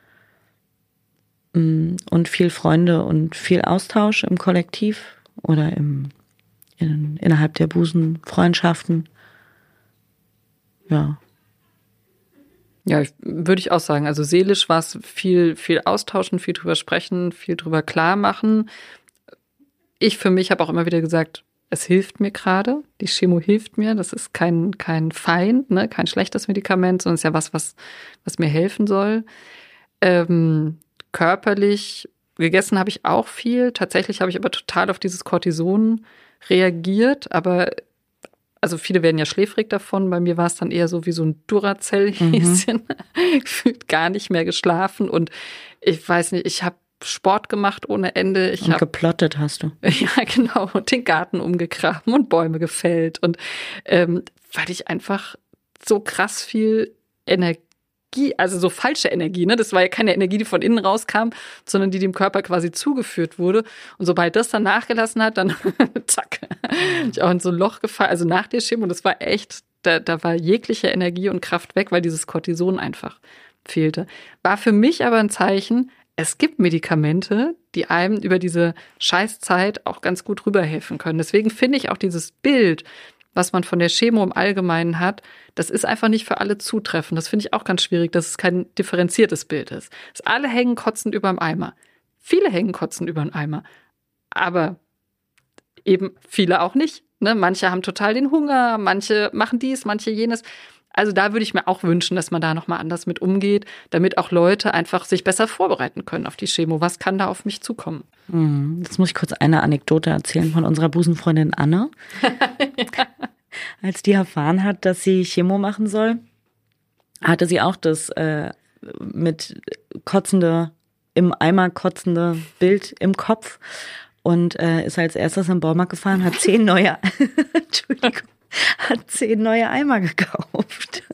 Speaker 5: Und viel Freunde und viel Austausch im Kollektiv oder im, in, innerhalb der Busenfreundschaften. Ja.
Speaker 4: Ja, ich, würde ich auch sagen. Also seelisch war es viel, viel austauschen, viel drüber sprechen, viel drüber klar machen. Ich für mich habe auch immer wieder gesagt, es hilft mir gerade. Die Chemo hilft mir. Das ist kein, kein Feind, ne? Kein schlechtes Medikament, sondern es ist ja was, was, was mir helfen soll. Ähm, körperlich gegessen habe ich auch viel. Tatsächlich habe ich aber total auf dieses Cortison reagiert. Aber also viele werden ja schläfrig davon. Bei mir war es dann eher so wie so ein Duracell-Häschen. Mhm. Gefühlt gar nicht mehr geschlafen. Und ich weiß nicht, ich habe Sport gemacht ohne Ende. Ich
Speaker 5: Und
Speaker 4: hab,
Speaker 5: geplottet hast du.
Speaker 4: ja, genau. Und den Garten umgegraben und Bäume gefällt. Und ähm, weil ich einfach so krass viel Energie, also so falsche Energie, ne? Das war ja keine Energie, die von innen rauskam, sondern die dem Körper quasi zugeführt wurde. Und sobald das dann nachgelassen hat, dann zack, ich auch in so ein Loch gefallen, also nach der Chemo. Und das war echt, da, da war jegliche Energie und Kraft weg, weil dieses Cortison einfach fehlte. War für mich aber ein Zeichen, es gibt Medikamente, die einem über diese Scheißzeit auch ganz gut rüberhelfen können. Deswegen finde ich auch dieses Bild, was man von der Chemo im Allgemeinen hat, das ist einfach nicht für alle zutreffend. Das finde ich auch ganz schwierig, dass es kein differenziertes Bild ist. Dass alle hängen kotzend über dem Eimer. Viele hängen kotzend über dem Eimer. Aber eben viele auch nicht. Ne? Manche haben total den Hunger, manche machen dies, manche jenes. Also da würde ich mir auch wünschen, dass man da nochmal anders mit umgeht, damit auch Leute einfach sich besser vorbereiten können auf die Chemo. Was kann da auf mich zukommen?
Speaker 5: Jetzt muss ich kurz eine Anekdote erzählen von unserer Busenfreundin Anne. Ja. Als die erfahren hat, dass sie Chemo machen soll, hatte sie auch das äh, mit kotzende, im Eimer kotzende Bild im Kopf und äh, ist als erstes im Baumarkt gefahren, hat zehn neue, Entschuldigung, hat zehn neue Eimer gekauft.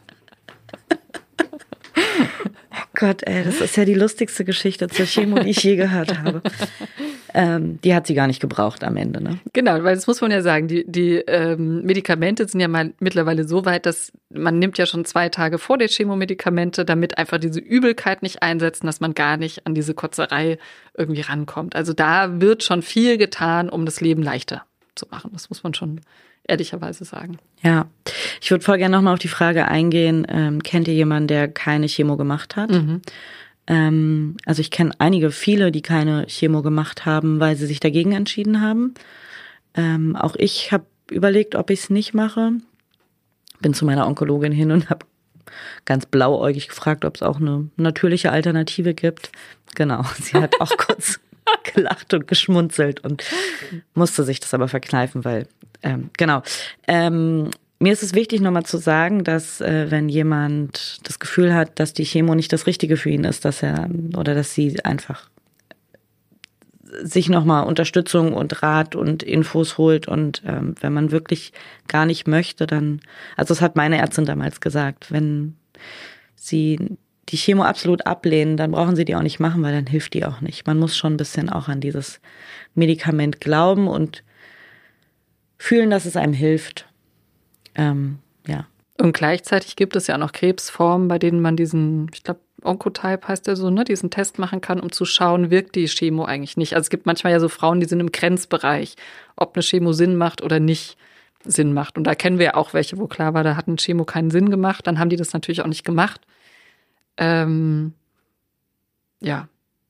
Speaker 5: Oh Gott, ey, das ist ja die lustigste Geschichte zur Chemo, die ich je gehört habe. Ähm, die hat sie gar nicht gebraucht am Ende, ne?
Speaker 4: Genau, weil das muss man ja sagen, die, die ähm, Medikamente sind ja mal mittlerweile so weit, dass man nimmt ja schon zwei Tage vor der Chemo Medikamente, damit einfach diese Übelkeit nicht einsetzen, dass man gar nicht an diese Kotzerei irgendwie rankommt. Also da wird schon viel getan, um das Leben leichter zu machen. Das muss man schon ehrlicherweise sagen.
Speaker 5: Ja, ich würde voll gerne nochmal auf die Frage eingehen, ähm, kennt ihr jemanden, der keine Chemo gemacht hat?
Speaker 4: Mhm.
Speaker 5: Ähm, also ich kenne einige, viele, die keine Chemo gemacht haben, weil sie sich dagegen entschieden haben. Ähm, auch ich habe überlegt, ob ich es nicht mache. Bin zu meiner Onkologin hin und habe ganz blauäugig gefragt, ob es auch eine natürliche Alternative gibt. Genau, sie hat auch kurz gelacht und geschmunzelt und musste sich das aber verkneifen, weil, ähm, genau. Ähm, mir ist es wichtig, nochmal zu sagen, dass äh, wenn jemand das Gefühl hat, dass die Chemo nicht das Richtige für ihn ist, dass er oder dass sie einfach sich nochmal Unterstützung und Rat und Infos holt. Und ähm, wenn man wirklich gar nicht möchte, dann, also das hat meine Ärztin damals gesagt, wenn sie die Chemo absolut ablehnen, dann brauchen sie die auch nicht machen, weil dann hilft die auch nicht. Man muss schon ein bisschen auch an dieses Medikament glauben und fühlen, dass es einem hilft. Ähm, ja.
Speaker 4: Und gleichzeitig gibt es ja auch noch Krebsformen, bei denen man diesen, ich glaube, Oncotype heißt der so, ne, diesen Test machen kann, um zu schauen, wirkt die Chemo eigentlich nicht. Also es gibt manchmal ja so Frauen, die sind im Grenzbereich, ob eine Chemo Sinn macht oder nicht Sinn macht. Und da kennen wir ja auch welche, wo klar war, da hat eine Chemo keinen Sinn gemacht. Dann haben die das natürlich auch nicht gemacht. Ähm, ja.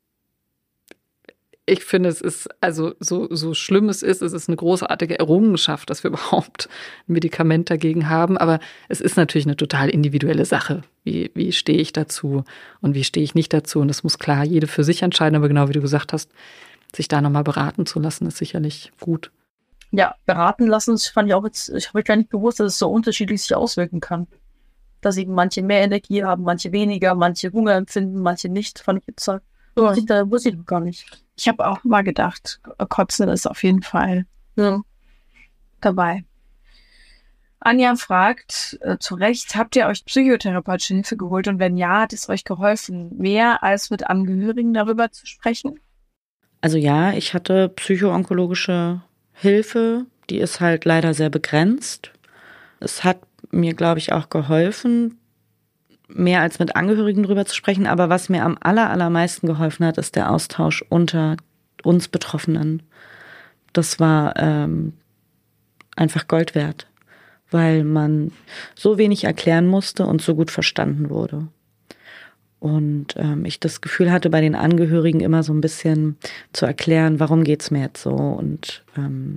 Speaker 4: Ich finde, es ist, also so, so schlimm es ist, es ist eine großartige Errungenschaft, dass wir überhaupt ein Medikament dagegen haben. Aber es ist natürlich eine total individuelle Sache. Wie, wie stehe ich dazu und wie stehe ich nicht dazu? Und das muss klar jede für sich entscheiden. Aber genau wie du gesagt hast, sich da nochmal beraten zu lassen, ist sicherlich gut.
Speaker 7: Ja, beraten lassen, das fand ich auch jetzt, ich habe gar nicht gewusst, dass es so unterschiedlich sich auswirken kann. Dass eben manche mehr Energie haben, manche weniger, manche Hunger empfinden, manche nicht. Fand ich jetzt, oh, da wusste ich gar nicht.
Speaker 6: Ich habe auch mal gedacht, Kotzen ist auf jeden Fall
Speaker 7: Ja.
Speaker 6: dabei. Anja fragt, äh, zu Recht, habt ihr euch psychotherapeutische Hilfe geholt und wenn ja, hat es euch geholfen, mehr als mit Angehörigen darüber zu sprechen?
Speaker 5: Also ja, ich hatte psychoonkologische Hilfe, die ist halt leider sehr begrenzt. Es hat mir, glaube ich, auch geholfen, mehr als mit Angehörigen drüber zu sprechen. Aber was mir am aller, allermeisten geholfen hat, ist der Austausch unter uns Betroffenen. Das war ähm, einfach Gold wert, weil man so wenig erklären musste und so gut verstanden wurde. Und ähm, ich das Gefühl hatte, bei den Angehörigen immer so ein bisschen zu erklären, warum geht's mir jetzt so. Und ähm,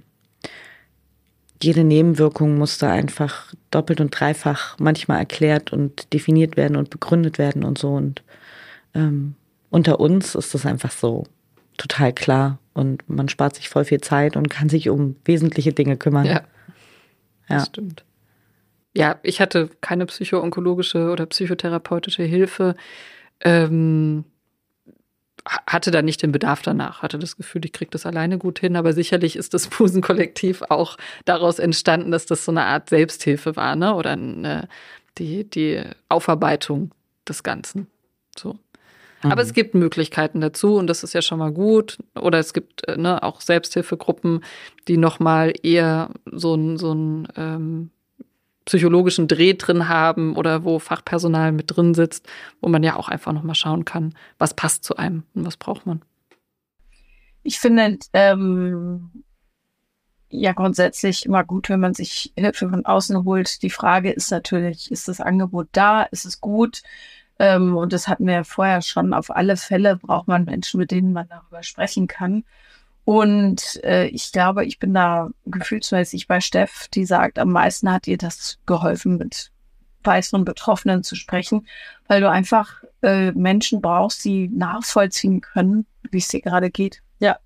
Speaker 5: jede Nebenwirkung musste einfach doppelt und dreifach manchmal erklärt und definiert werden und begründet werden und so. Und ähm, unter uns ist das einfach so total klar. Und man spart sich voll viel Zeit und kann sich um wesentliche Dinge kümmern.
Speaker 4: Ja, das
Speaker 5: Ja.
Speaker 4: stimmt. Ja, ich hatte keine psychoonkologische oder psychotherapeutische Hilfe. Ähm, hatte da nicht den Bedarf danach, hatte das Gefühl, ich kriege das alleine gut hin, aber sicherlich ist das Busenkollektiv auch daraus entstanden, dass das so eine Art Selbsthilfe war, ne? Oder eine, die, die Aufarbeitung des Ganzen. So.
Speaker 5: Mhm.
Speaker 4: Aber es gibt Möglichkeiten dazu und das ist ja schon mal gut. Oder es gibt äh, ne, auch Selbsthilfegruppen, die nochmal eher so ein, so ein ähm, psychologischen Dreh drin haben oder wo Fachpersonal mit drin sitzt, wo man ja auch einfach nochmal schauen kann, was passt zu einem und was braucht man.
Speaker 6: Ich finde ähm, ja grundsätzlich immer gut, wenn man sich Hilfe von außen holt. Die Frage ist natürlich, ist das Angebot da? Ist es gut? Ähm, und das hatten wir ja vorher schon. Auf alle Fälle braucht man Menschen, mit denen man darüber sprechen kann. Und äh, ich glaube, ich bin da gefühlsmäßig bei Steff, die sagt, am meisten hat ihr das geholfen, mit weiteren Betroffenen zu sprechen, weil du einfach äh, Menschen brauchst, die nachvollziehen können, wie es dir gerade geht.
Speaker 7: Ja.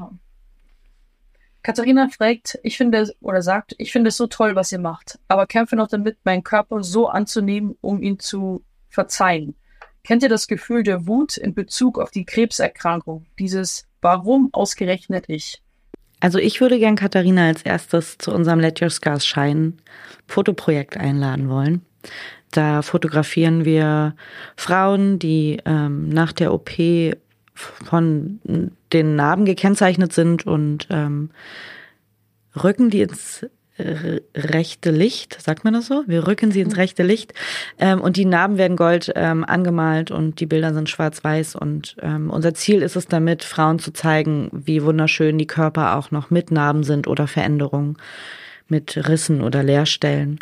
Speaker 7: Katharina fragt, ich finde, oder sagt, ich finde es so toll, was ihr macht, aber kämpfe noch damit, meinen Körper so anzunehmen, um ihn zu verzeihen. Kennt ihr das Gefühl der Wut in Bezug auf die Krebserkrankung? Dieses Warum ausgerechnet ich?
Speaker 5: Also ich würde gern Katharina als erstes zu unserem Let Your Scars Shine Fotoprojekt einladen wollen. Da fotografieren wir Frauen, die ähm, nach der O P von den Narben gekennzeichnet sind und ähm, rücken die ins rechte Licht, sagt man das so? Wir rücken sie ins rechte Licht ähm, und die Narben werden gold ähm, angemalt und die Bilder sind schwarz-weiß und ähm, unser Ziel ist es damit, Frauen zu zeigen, wie wunderschön die Körper auch noch mit Narben sind oder Veränderungen, mit Rissen oder Leerstellen.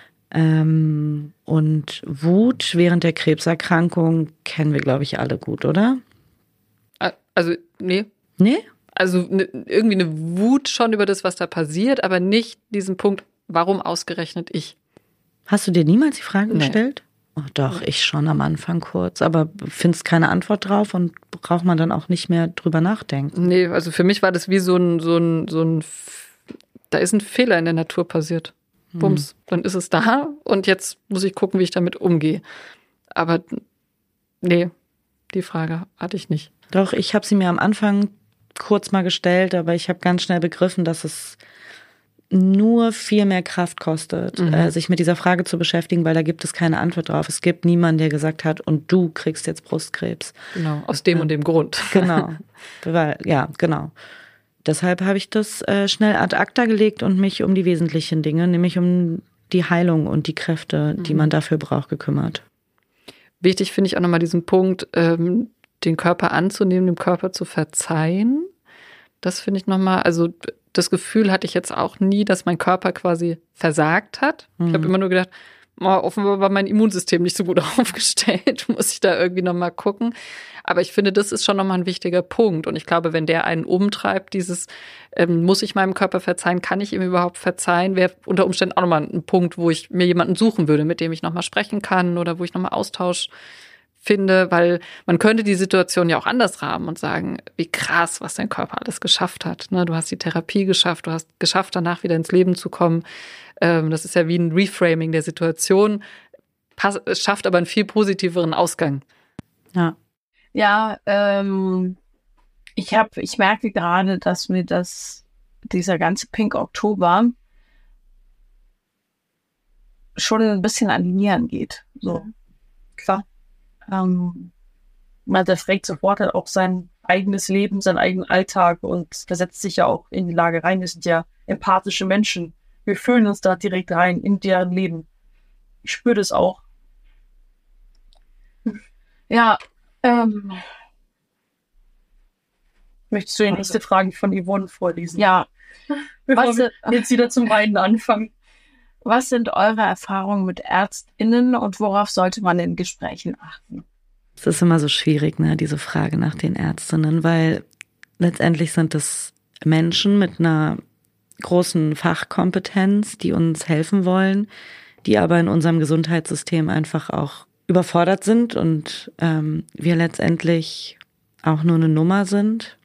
Speaker 5: Ähm, und Wut während der Krebserkrankung kennen wir, glaube ich, alle gut, oder?
Speaker 4: Also, nee.
Speaker 5: Nee?
Speaker 4: Also ne, irgendwie eine Wut schon über das, was da passiert, aber nicht diesen Punkt, warum ausgerechnet ich?
Speaker 5: Hast du dir niemals die Frage
Speaker 4: Nee.
Speaker 5: gestellt? Oh, doch, ich schon am Anfang kurz, aber findest keine Antwort drauf und braucht man dann auch nicht mehr drüber nachdenken.
Speaker 4: Nee, also für mich war das wie so ein, so ein, so ein, da ist ein Fehler in der Natur passiert. Bums, dann ist es da und jetzt muss ich gucken, wie ich damit umgehe. Aber nee, die Frage hatte ich nicht.
Speaker 5: Doch, ich habe sie mir am Anfang kurz mal gestellt, aber ich habe ganz schnell begriffen, dass es nur viel mehr Kraft kostet, mhm. äh, sich mit dieser Frage zu beschäftigen, weil da gibt es keine Antwort drauf. Es gibt niemanden, der gesagt hat, und du kriegst jetzt Brustkrebs.
Speaker 4: Genau, aus dem ja. und dem Grund.
Speaker 5: Genau, weil, ja, genau. Deshalb habe ich das äh, schnell ad acta gelegt und mich um die wesentlichen Dinge, nämlich um die Heilung und die Kräfte, mhm. die man dafür braucht, gekümmert.
Speaker 4: Wichtig finde ich auch nochmal diesen Punkt, ähm, den Körper anzunehmen, dem Körper zu verzeihen. Das finde ich nochmal, also das Gefühl hatte ich jetzt auch nie, dass mein Körper quasi versagt hat. Mhm. Ich habe immer nur gedacht, oh, offenbar war mein Immunsystem nicht so gut aufgestellt, muss ich da irgendwie nochmal gucken. Aber ich finde, das ist schon nochmal ein wichtiger Punkt. Und ich glaube, wenn der einen umtreibt, dieses, ähm, muss ich meinem Körper verzeihen, kann ich ihm überhaupt verzeihen, wäre unter Umständen auch nochmal ein Punkt, wo ich mir jemanden suchen würde, mit dem ich nochmal sprechen kann oder wo ich nochmal Austausch finde, weil man könnte die Situation ja auch anders rahmen und sagen, wie krass, was dein Körper alles geschafft hat. Ne? Du hast die Therapie geschafft, du hast geschafft, danach wieder ins Leben zu kommen. Ähm, das ist ja wie ein Reframing der Situation. Pass- es schafft aber einen viel positiveren Ausgang.
Speaker 5: Ja,
Speaker 6: ja ähm, ich habe, ich merke gerade, dass mir das, dieser ganze Pink Oktober schon ein bisschen an die Nieren geht. So, klar. Ähm, man reflektiert sofort halt auch sein eigenes Leben, seinen eigenen Alltag und versetzt sich ja auch in die Lage rein. Wir sind ja empathische Menschen. Wir fühlen uns da direkt rein in deren Leben. Ich spüre das auch. Ja, ähm. Möchtest du die nächste Frage von Yvonne vorlesen? Ja. Bevor
Speaker 7: Was,
Speaker 6: wir jetzt wieder zum Weinen anfangen. Was sind eure Erfahrungen mit ÄrztInnen und worauf sollte man in Gesprächen achten?
Speaker 5: es ist immer so schwierig, ne, diese Frage nach den Ärztinnen, weil letztendlich sind es Menschen mit einer großen Fachkompetenz, die uns helfen wollen, die aber in unserem Gesundheitssystem einfach auch überfordert sind und ähm, wir letztendlich auch nur eine Nummer sind.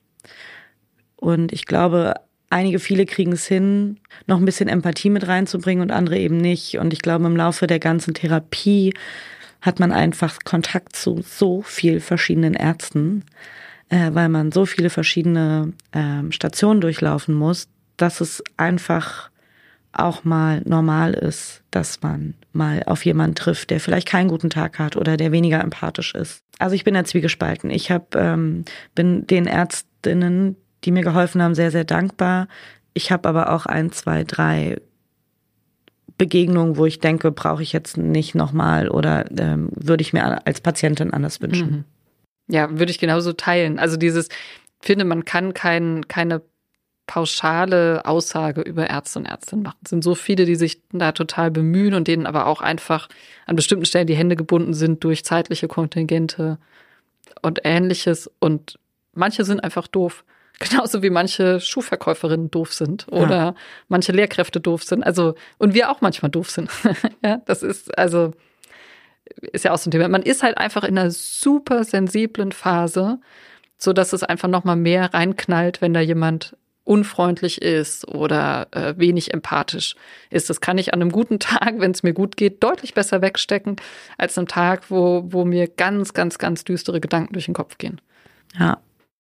Speaker 5: Und ich glaube, einige, viele kriegen es hin, noch ein bisschen Empathie mit reinzubringen und andere eben nicht. Und ich glaube, im Laufe der ganzen Therapie hat man einfach Kontakt zu so viel verschiedenen Ärzten, äh, weil man so viele verschiedene äh, Stationen durchlaufen muss, dass es einfach auch mal normal ist, dass man mal auf jemanden trifft, der vielleicht keinen guten Tag hat oder der weniger empathisch ist. Also ich bin da zwiegespalten. Ich hab, ähm, bin den Ärztinnen, die mir geholfen haben, sehr, sehr dankbar. Ich habe aber auch ein, zwei, drei Begegnungen, wo ich denke, brauche ich jetzt nicht nochmal oder ähm, würde ich mir als Patientin anders wünschen.
Speaker 4: Mhm. Ja, würde ich genauso teilen. Also dieses, ich finde, man kann kein, keine pauschale Aussage über Ärzte und Ärztinnen machen. Es sind so viele, die sich da total bemühen und denen aber auch einfach an bestimmten Stellen die Hände gebunden sind durch zeitliche Kontingente und Ähnliches. Und manche sind einfach doof. Genauso wie manche Schuhverkäuferinnen doof sind oder ja. manche Lehrkräfte doof sind. Also, und wir auch manchmal doof sind. Ja, das ist, also, ist ja auch so ein Thema. Man ist halt einfach in einer super sensiblen Phase, so dass es einfach nochmal mehr reinknallt, wenn da jemand unfreundlich ist oder äh, wenig empathisch ist. Das kann ich an einem guten Tag, wenn es mir gut geht, deutlich besser wegstecken, als einem Tag, wo, wo mir ganz, ganz, ganz düstere Gedanken durch den Kopf gehen.
Speaker 5: Ja.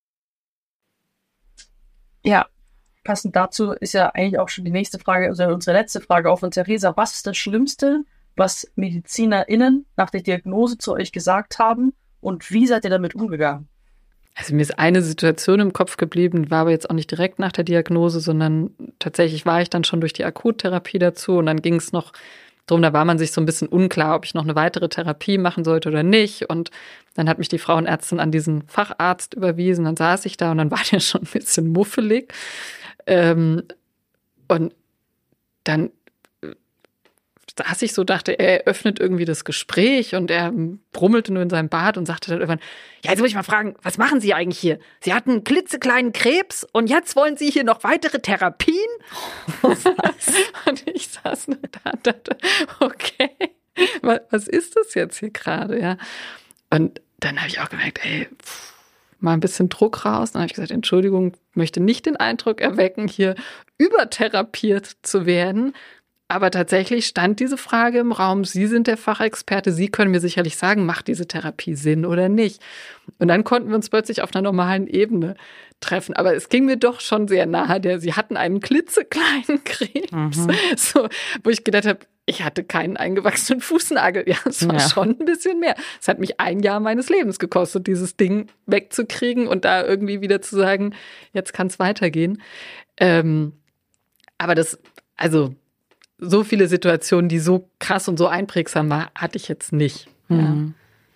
Speaker 7: Ja, passend dazu ist ja eigentlich auch schon die nächste Frage, also unsere letzte Frage auch von Theresa. Was ist das Schlimmste, was MedizinerInnen nach der Diagnose zu euch gesagt haben und wie seid ihr damit umgegangen?
Speaker 4: Also mir ist eine Situation im Kopf geblieben, war aber jetzt auch nicht direkt nach der Diagnose, sondern tatsächlich war ich dann schon durch die Akuttherapie dazu und dann ging es noch drum, da war man sich so ein bisschen unklar, ob ich noch eine weitere Therapie machen sollte oder nicht. Und dann hat mich die Frauenärztin an diesen Facharzt überwiesen, dann saß ich da und dann war der schon ein bisschen muffelig. Ähm, und dann saß ich so, dachte, er öffnet irgendwie das Gespräch und er brummelte nur in seinem Bart und sagte dann irgendwann, ja, jetzt muss ich mal fragen, was machen Sie eigentlich hier? Sie hatten einen klitzekleinen Krebs und jetzt wollen Sie hier noch weitere Therapien? Was? Und ich saß nur da und dachte, okay, was ist das jetzt hier gerade? Ja. Und dann habe ich auch gemerkt, ey, pff, mal ein bisschen Druck raus. Dann habe ich gesagt, Entschuldigung, möchte nicht den Eindruck erwecken, hier übertherapiert zu werden. Aber tatsächlich stand diese Frage im Raum, Sie sind der Fachexperte, Sie können mir sicherlich sagen, macht diese Therapie Sinn oder nicht? Und dann konnten wir uns plötzlich auf einer normalen Ebene treffen. Aber es ging mir doch schon sehr nahe. Der, Sie hatten einen klitzekleinen Krebs, mhm. so, wo ich gedacht habe, ich hatte keinen eingewachsenen Fußnagel. Ja, es war ja. schon ein bisschen mehr. Es hat mich ein Jahr meines Lebens gekostet, dieses Ding wegzukriegen und da irgendwie wieder zu sagen, jetzt kann es weitergehen. Ähm, aber das, also so viele Situationen, die so krass und so einprägsam waren, hatte ich jetzt nicht.
Speaker 5: Mhm.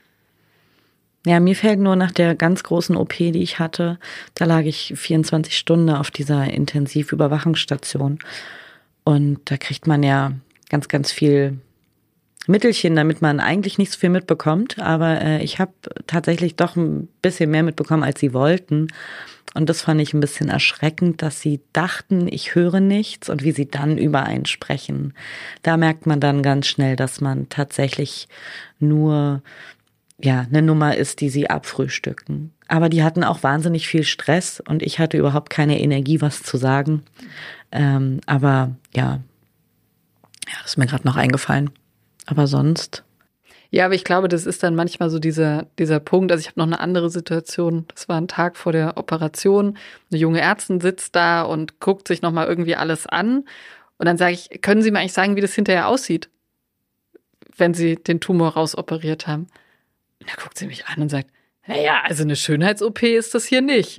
Speaker 5: Ja. ja, mir fällt nur nach der ganz großen O P, die ich hatte, da lag ich vierundzwanzig Stunden auf dieser Intensivüberwachungsstation. Und da kriegt man ja ganz, ganz viel Mittelchen, damit man eigentlich nicht so viel mitbekommt. Aber äh, ich habe tatsächlich doch ein bisschen mehr mitbekommen, als sie wollten. Und das fand ich ein bisschen erschreckend, dass sie dachten, ich höre nichts und wie sie dann über einen sprechen. Da merkt man dann ganz schnell, dass man tatsächlich nur ja eine Nummer ist, die sie abfrühstücken. Aber die hatten auch wahnsinnig viel Stress und ich hatte überhaupt keine Energie, was zu sagen. Ähm, aber ja, ja, das ist mir gerade noch eingefallen. Aber sonst...
Speaker 4: Ja, aber ich glaube, das ist dann manchmal so dieser, dieser Punkt. Also ich habe noch eine andere Situation. Das war ein Tag vor der Operation. Eine junge Ärztin sitzt da und guckt sich nochmal irgendwie alles an. Und dann sage ich, können Sie mir eigentlich sagen, wie das hinterher aussieht, wenn Sie den Tumor rausoperiert haben? Und da guckt sie mich an und sagt, naja, also eine Schönheits-O P ist das hier nicht.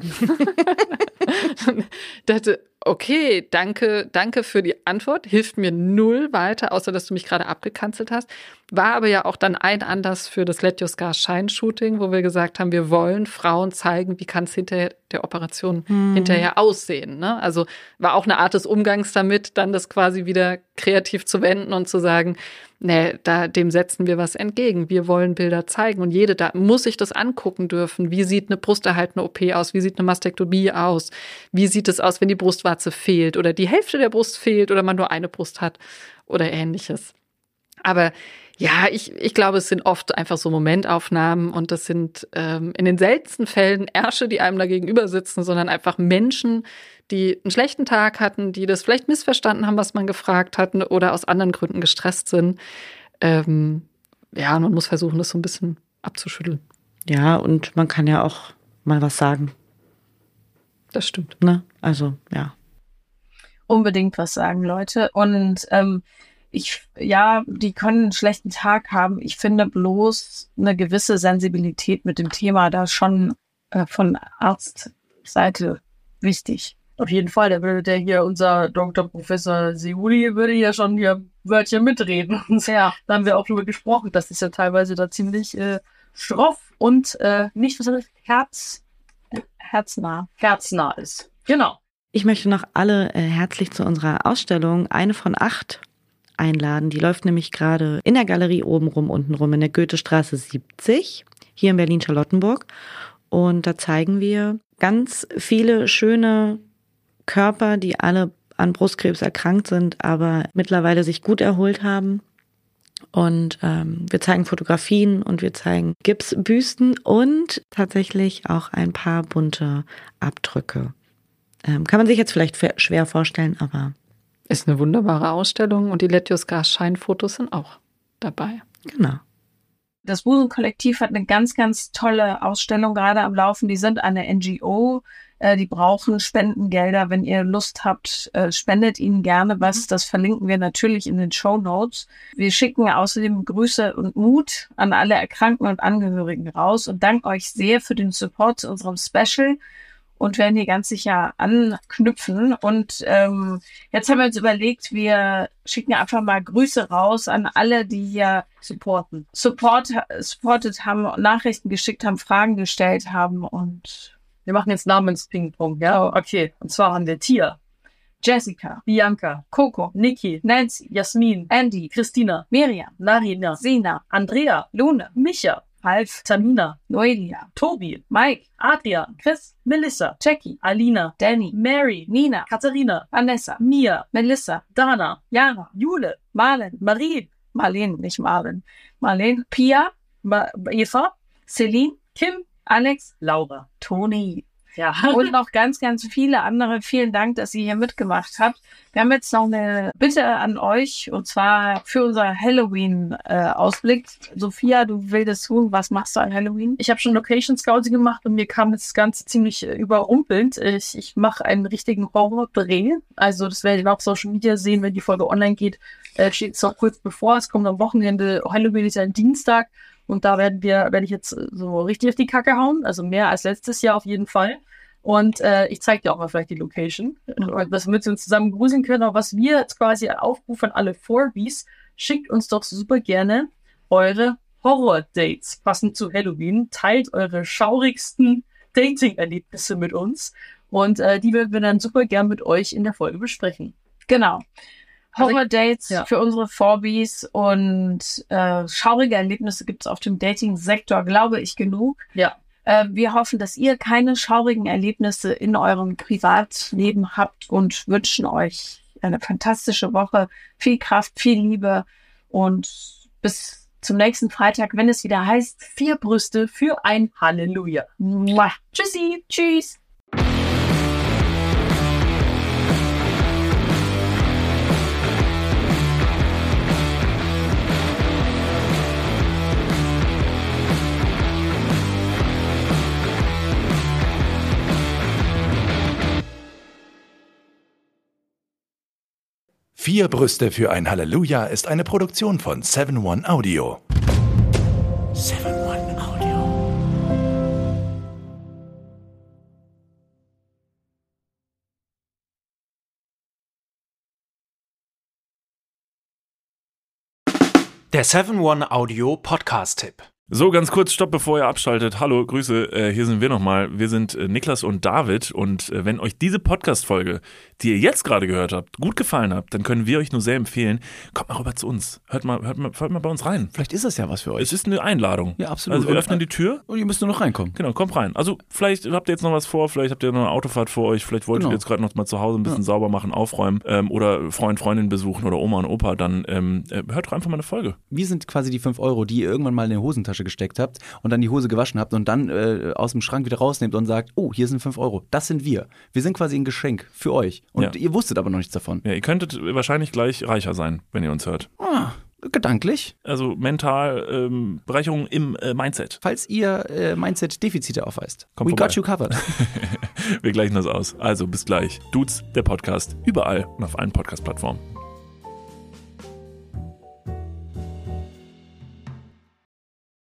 Speaker 4: Ich dachte, okay, danke, danke für die Antwort, hilft mir null weiter, außer dass du mich gerade abgekanzelt hast. War aber ja auch dann ein Anlass für das Let Your Scars Shine Shooting, wo wir gesagt haben, wir wollen Frauen zeigen, wie kann es hinter der Operation hm. hinterher aussehen. Ne? Also war auch eine Art des Umgangs damit, dann das quasi wieder kreativ zu wenden und zu sagen, nee, da, dem setzen wir was entgegen. Wir wollen Bilder zeigen und jede da muss sich das angucken dürfen. Wie sieht eine brusterhaltende O P aus? Wie sieht eine Mastektomie aus? Wie sieht es aus, wenn die Brustwarze fehlt oder die Hälfte der Brust fehlt oder man nur eine Brust hat oder ähnliches? Aber ja, ich, ich glaube, es sind oft einfach so Momentaufnahmen und das sind ähm, in den seltensten Fällen Ärsche, die einem da gegenüber sitzen, sondern einfach Menschen, die einen schlechten Tag hatten, die das vielleicht missverstanden haben, was man gefragt hat oder aus anderen Gründen gestresst sind. Ähm, ja, man muss versuchen, das so ein bisschen abzuschütteln.
Speaker 5: Ja, und man kann ja auch mal was sagen.
Speaker 4: Das stimmt.
Speaker 5: Ne? Also, ja.
Speaker 6: Unbedingt was sagen, Leute. Und ähm, ich, ja, die können einen schlechten Tag haben. Ich finde bloß eine gewisse Sensibilität mit dem Thema da schon äh, von Arztseite wichtig.
Speaker 7: Auf jeden Fall, der würde der hier, unser Doktor Professor Seuli, würde ja schon hier Wörtchen mitreden. Ja. Da haben wir auch drüber gesprochen. Das ist ja teilweise da ziemlich äh, schroff und äh, nicht so Herz, äh, herznah. herznah ist. Genau.
Speaker 5: Ich möchte noch alle äh, herzlich zu unserer Ausstellung Eine von acht einladen. Die läuft nämlich gerade in der Galerie obenrum, untenrum in der Goethestraße siebzig, hier in Berlin-Charlottenburg. Und da zeigen wir ganz viele schöne Körper, die alle an Brustkrebs erkrankt sind, aber mittlerweile sich gut erholt haben. Und ähm, wir zeigen Fotografien und wir zeigen Gipsbüsten und tatsächlich auch ein paar bunte Abdrücke. Ähm, kann man sich jetzt vielleicht schwer vorstellen, aber...
Speaker 4: Ist eine wunderbare Ausstellung und die Let Your Scars Shine Fotos sind auch dabei.
Speaker 5: Genau.
Speaker 6: Das Busenkollektiv hat eine ganz, ganz tolle Ausstellung gerade am Laufen. Die sind eine N G O, äh, die brauchen Spendengelder. Wenn ihr Lust habt, äh, spendet ihnen gerne was. Das verlinken wir natürlich in den Shownotes. Wir schicken außerdem Grüße und Mut an alle Erkrankten und Angehörigen raus und danken euch sehr für den Support zu unserem Special. Und werden hier ganz sicher anknüpfen. Und ähm, jetzt haben wir uns überlegt, wir schicken einfach mal Grüße raus an alle, die hier supporten, support, supportet haben, Nachrichten geschickt haben, Fragen gestellt haben. Und
Speaker 7: wir machen jetzt Namens-Ping-Pong, ja? Okay, und zwar haben wir Tia,
Speaker 6: Jessica,
Speaker 7: Bianca,
Speaker 6: Coco,
Speaker 7: Niki,
Speaker 6: Nancy,
Speaker 7: Jasmin,
Speaker 6: Andy,
Speaker 7: Christina,
Speaker 6: Miriam,
Speaker 7: Narina,
Speaker 6: Sina,
Speaker 7: Andrea,
Speaker 6: Luna,
Speaker 7: Micha,
Speaker 6: Alf,
Speaker 7: Tamina,
Speaker 6: Noelia,
Speaker 7: Tobi,
Speaker 6: Mike,
Speaker 7: Adrian,
Speaker 6: Chris,
Speaker 7: Melissa,
Speaker 6: Jackie,
Speaker 7: Alina,
Speaker 6: Danny,
Speaker 7: Mary,
Speaker 6: Nina,
Speaker 7: Katharina,
Speaker 6: Vanessa,
Speaker 7: Mia,
Speaker 6: Melissa,
Speaker 7: Dana,
Speaker 6: Jana,
Speaker 7: Jule,
Speaker 6: Marlen,
Speaker 7: Marie,
Speaker 6: Marlene, nicht Marlen, Marlene, Pia,
Speaker 7: Ma- Eva,
Speaker 6: Celine,
Speaker 7: Kim,
Speaker 6: Alex,
Speaker 7: Laura.
Speaker 6: Toni. Ja. Und noch ganz, ganz viele andere. Vielen Dank, dass ihr hier mitgemacht habt. Wir haben jetzt noch eine Bitte an euch, und zwar für unser Halloween-Ausblick. Sophia, du willst tun, was machst du an Halloween?
Speaker 7: Ich habe schon Location Scouting gemacht und mir kam das Ganze ziemlich äh, überrumpelnd. Ich, ich mache einen richtigen Horror-Dreh. Also das werdet ihr auf Social Media sehen, wenn die Folge online geht. Äh, steht es noch kurz bevor. Es kommt am Wochenende. Halloween ist ja ein Dienstag. Und da werden wir, werde ich jetzt so richtig auf die Kacke hauen. Also mehr als letztes Jahr auf jeden Fall. Und äh, ich zeige dir auch mal vielleicht die Location, mhm. damit wir uns zusammen gruseln können. Aber was wir jetzt quasi aufrufen an alle vier Bs, schickt uns doch super gerne eure Horror-Dates passend zu Halloween. Teilt eure schaurigsten Dating-Erlebnisse mit uns. Und äh, die werden wir dann super gern mit euch in der Folge besprechen.
Speaker 6: Genau. Horror-Dates
Speaker 7: ja.
Speaker 6: für unsere vier Bs und äh, schaurige Erlebnisse gibt es auf dem Dating-Sektor, glaube ich, genug.
Speaker 7: Ja.
Speaker 6: Äh, wir hoffen, dass ihr keine schaurigen Erlebnisse in eurem Privatleben habt und wünschen euch eine fantastische Woche, viel Kraft, viel Liebe und bis zum nächsten Freitag, wenn es wieder heißt,
Speaker 7: vier Brüste für ein Halleluja.
Speaker 6: Mua. Tschüssi, tschüss.
Speaker 8: Vier Brüste für ein Halleluja ist eine Produktion von seven one Audio. seven one Audio.
Speaker 9: Der seven one Audio Podcast-Tipp.
Speaker 10: So, ganz kurz, stopp, bevor ihr abschaltet. Hallo, Grüße, äh, hier sind wir nochmal. Wir sind äh, Niklas und David und äh, wenn euch diese Podcast-Folge, die ihr jetzt gerade gehört habt, gut gefallen hat, dann können wir euch nur sehr empfehlen, kommt mal rüber zu uns. Hört mal, hört mal, hört mal bei uns rein.
Speaker 11: Vielleicht ist das ja was für euch.
Speaker 10: Es ist eine Einladung.
Speaker 11: Ja, absolut.
Speaker 10: Also wir
Speaker 11: und,
Speaker 10: öffnen die Tür.
Speaker 11: Und ihr müsst nur noch reinkommen.
Speaker 10: Genau, kommt rein. Also vielleicht habt ihr jetzt noch was vor, vielleicht habt ihr noch eine Autofahrt vor euch, vielleicht wollt
Speaker 11: genau.
Speaker 10: ihr jetzt gerade noch mal zu Hause ein bisschen
Speaker 11: ja.
Speaker 10: sauber machen, aufräumen ähm, oder Freund, Freundin besuchen oder Oma und Opa, dann ähm, hört doch einfach mal eine Folge.
Speaker 11: Wir sind quasi die fünf Euro, die ihr irgendwann mal in die Hosentasche gesteckt habt und dann die Hose gewaschen habt und dann äh, aus dem Schrank wieder rausnehmt und sagt, oh, hier sind fünf Euro. Das sind wir. Wir sind quasi ein Geschenk für euch. Und
Speaker 10: ja.
Speaker 11: ihr wusstet aber noch nichts davon.
Speaker 10: Ja, ihr könntet wahrscheinlich gleich reicher sein, wenn ihr uns hört.
Speaker 11: Ah, gedanklich.
Speaker 10: Also mental, ähm, Bereicherung im äh, Mindset.
Speaker 11: Falls ihr äh, Mindset-Defizite aufweist.
Speaker 10: Kommt
Speaker 11: We
Speaker 10: vorbei.
Speaker 11: got you covered.
Speaker 10: Wir gleichen das aus. Also bis gleich. Dudes, der Podcast. Überall und auf allen Podcast-Plattformen.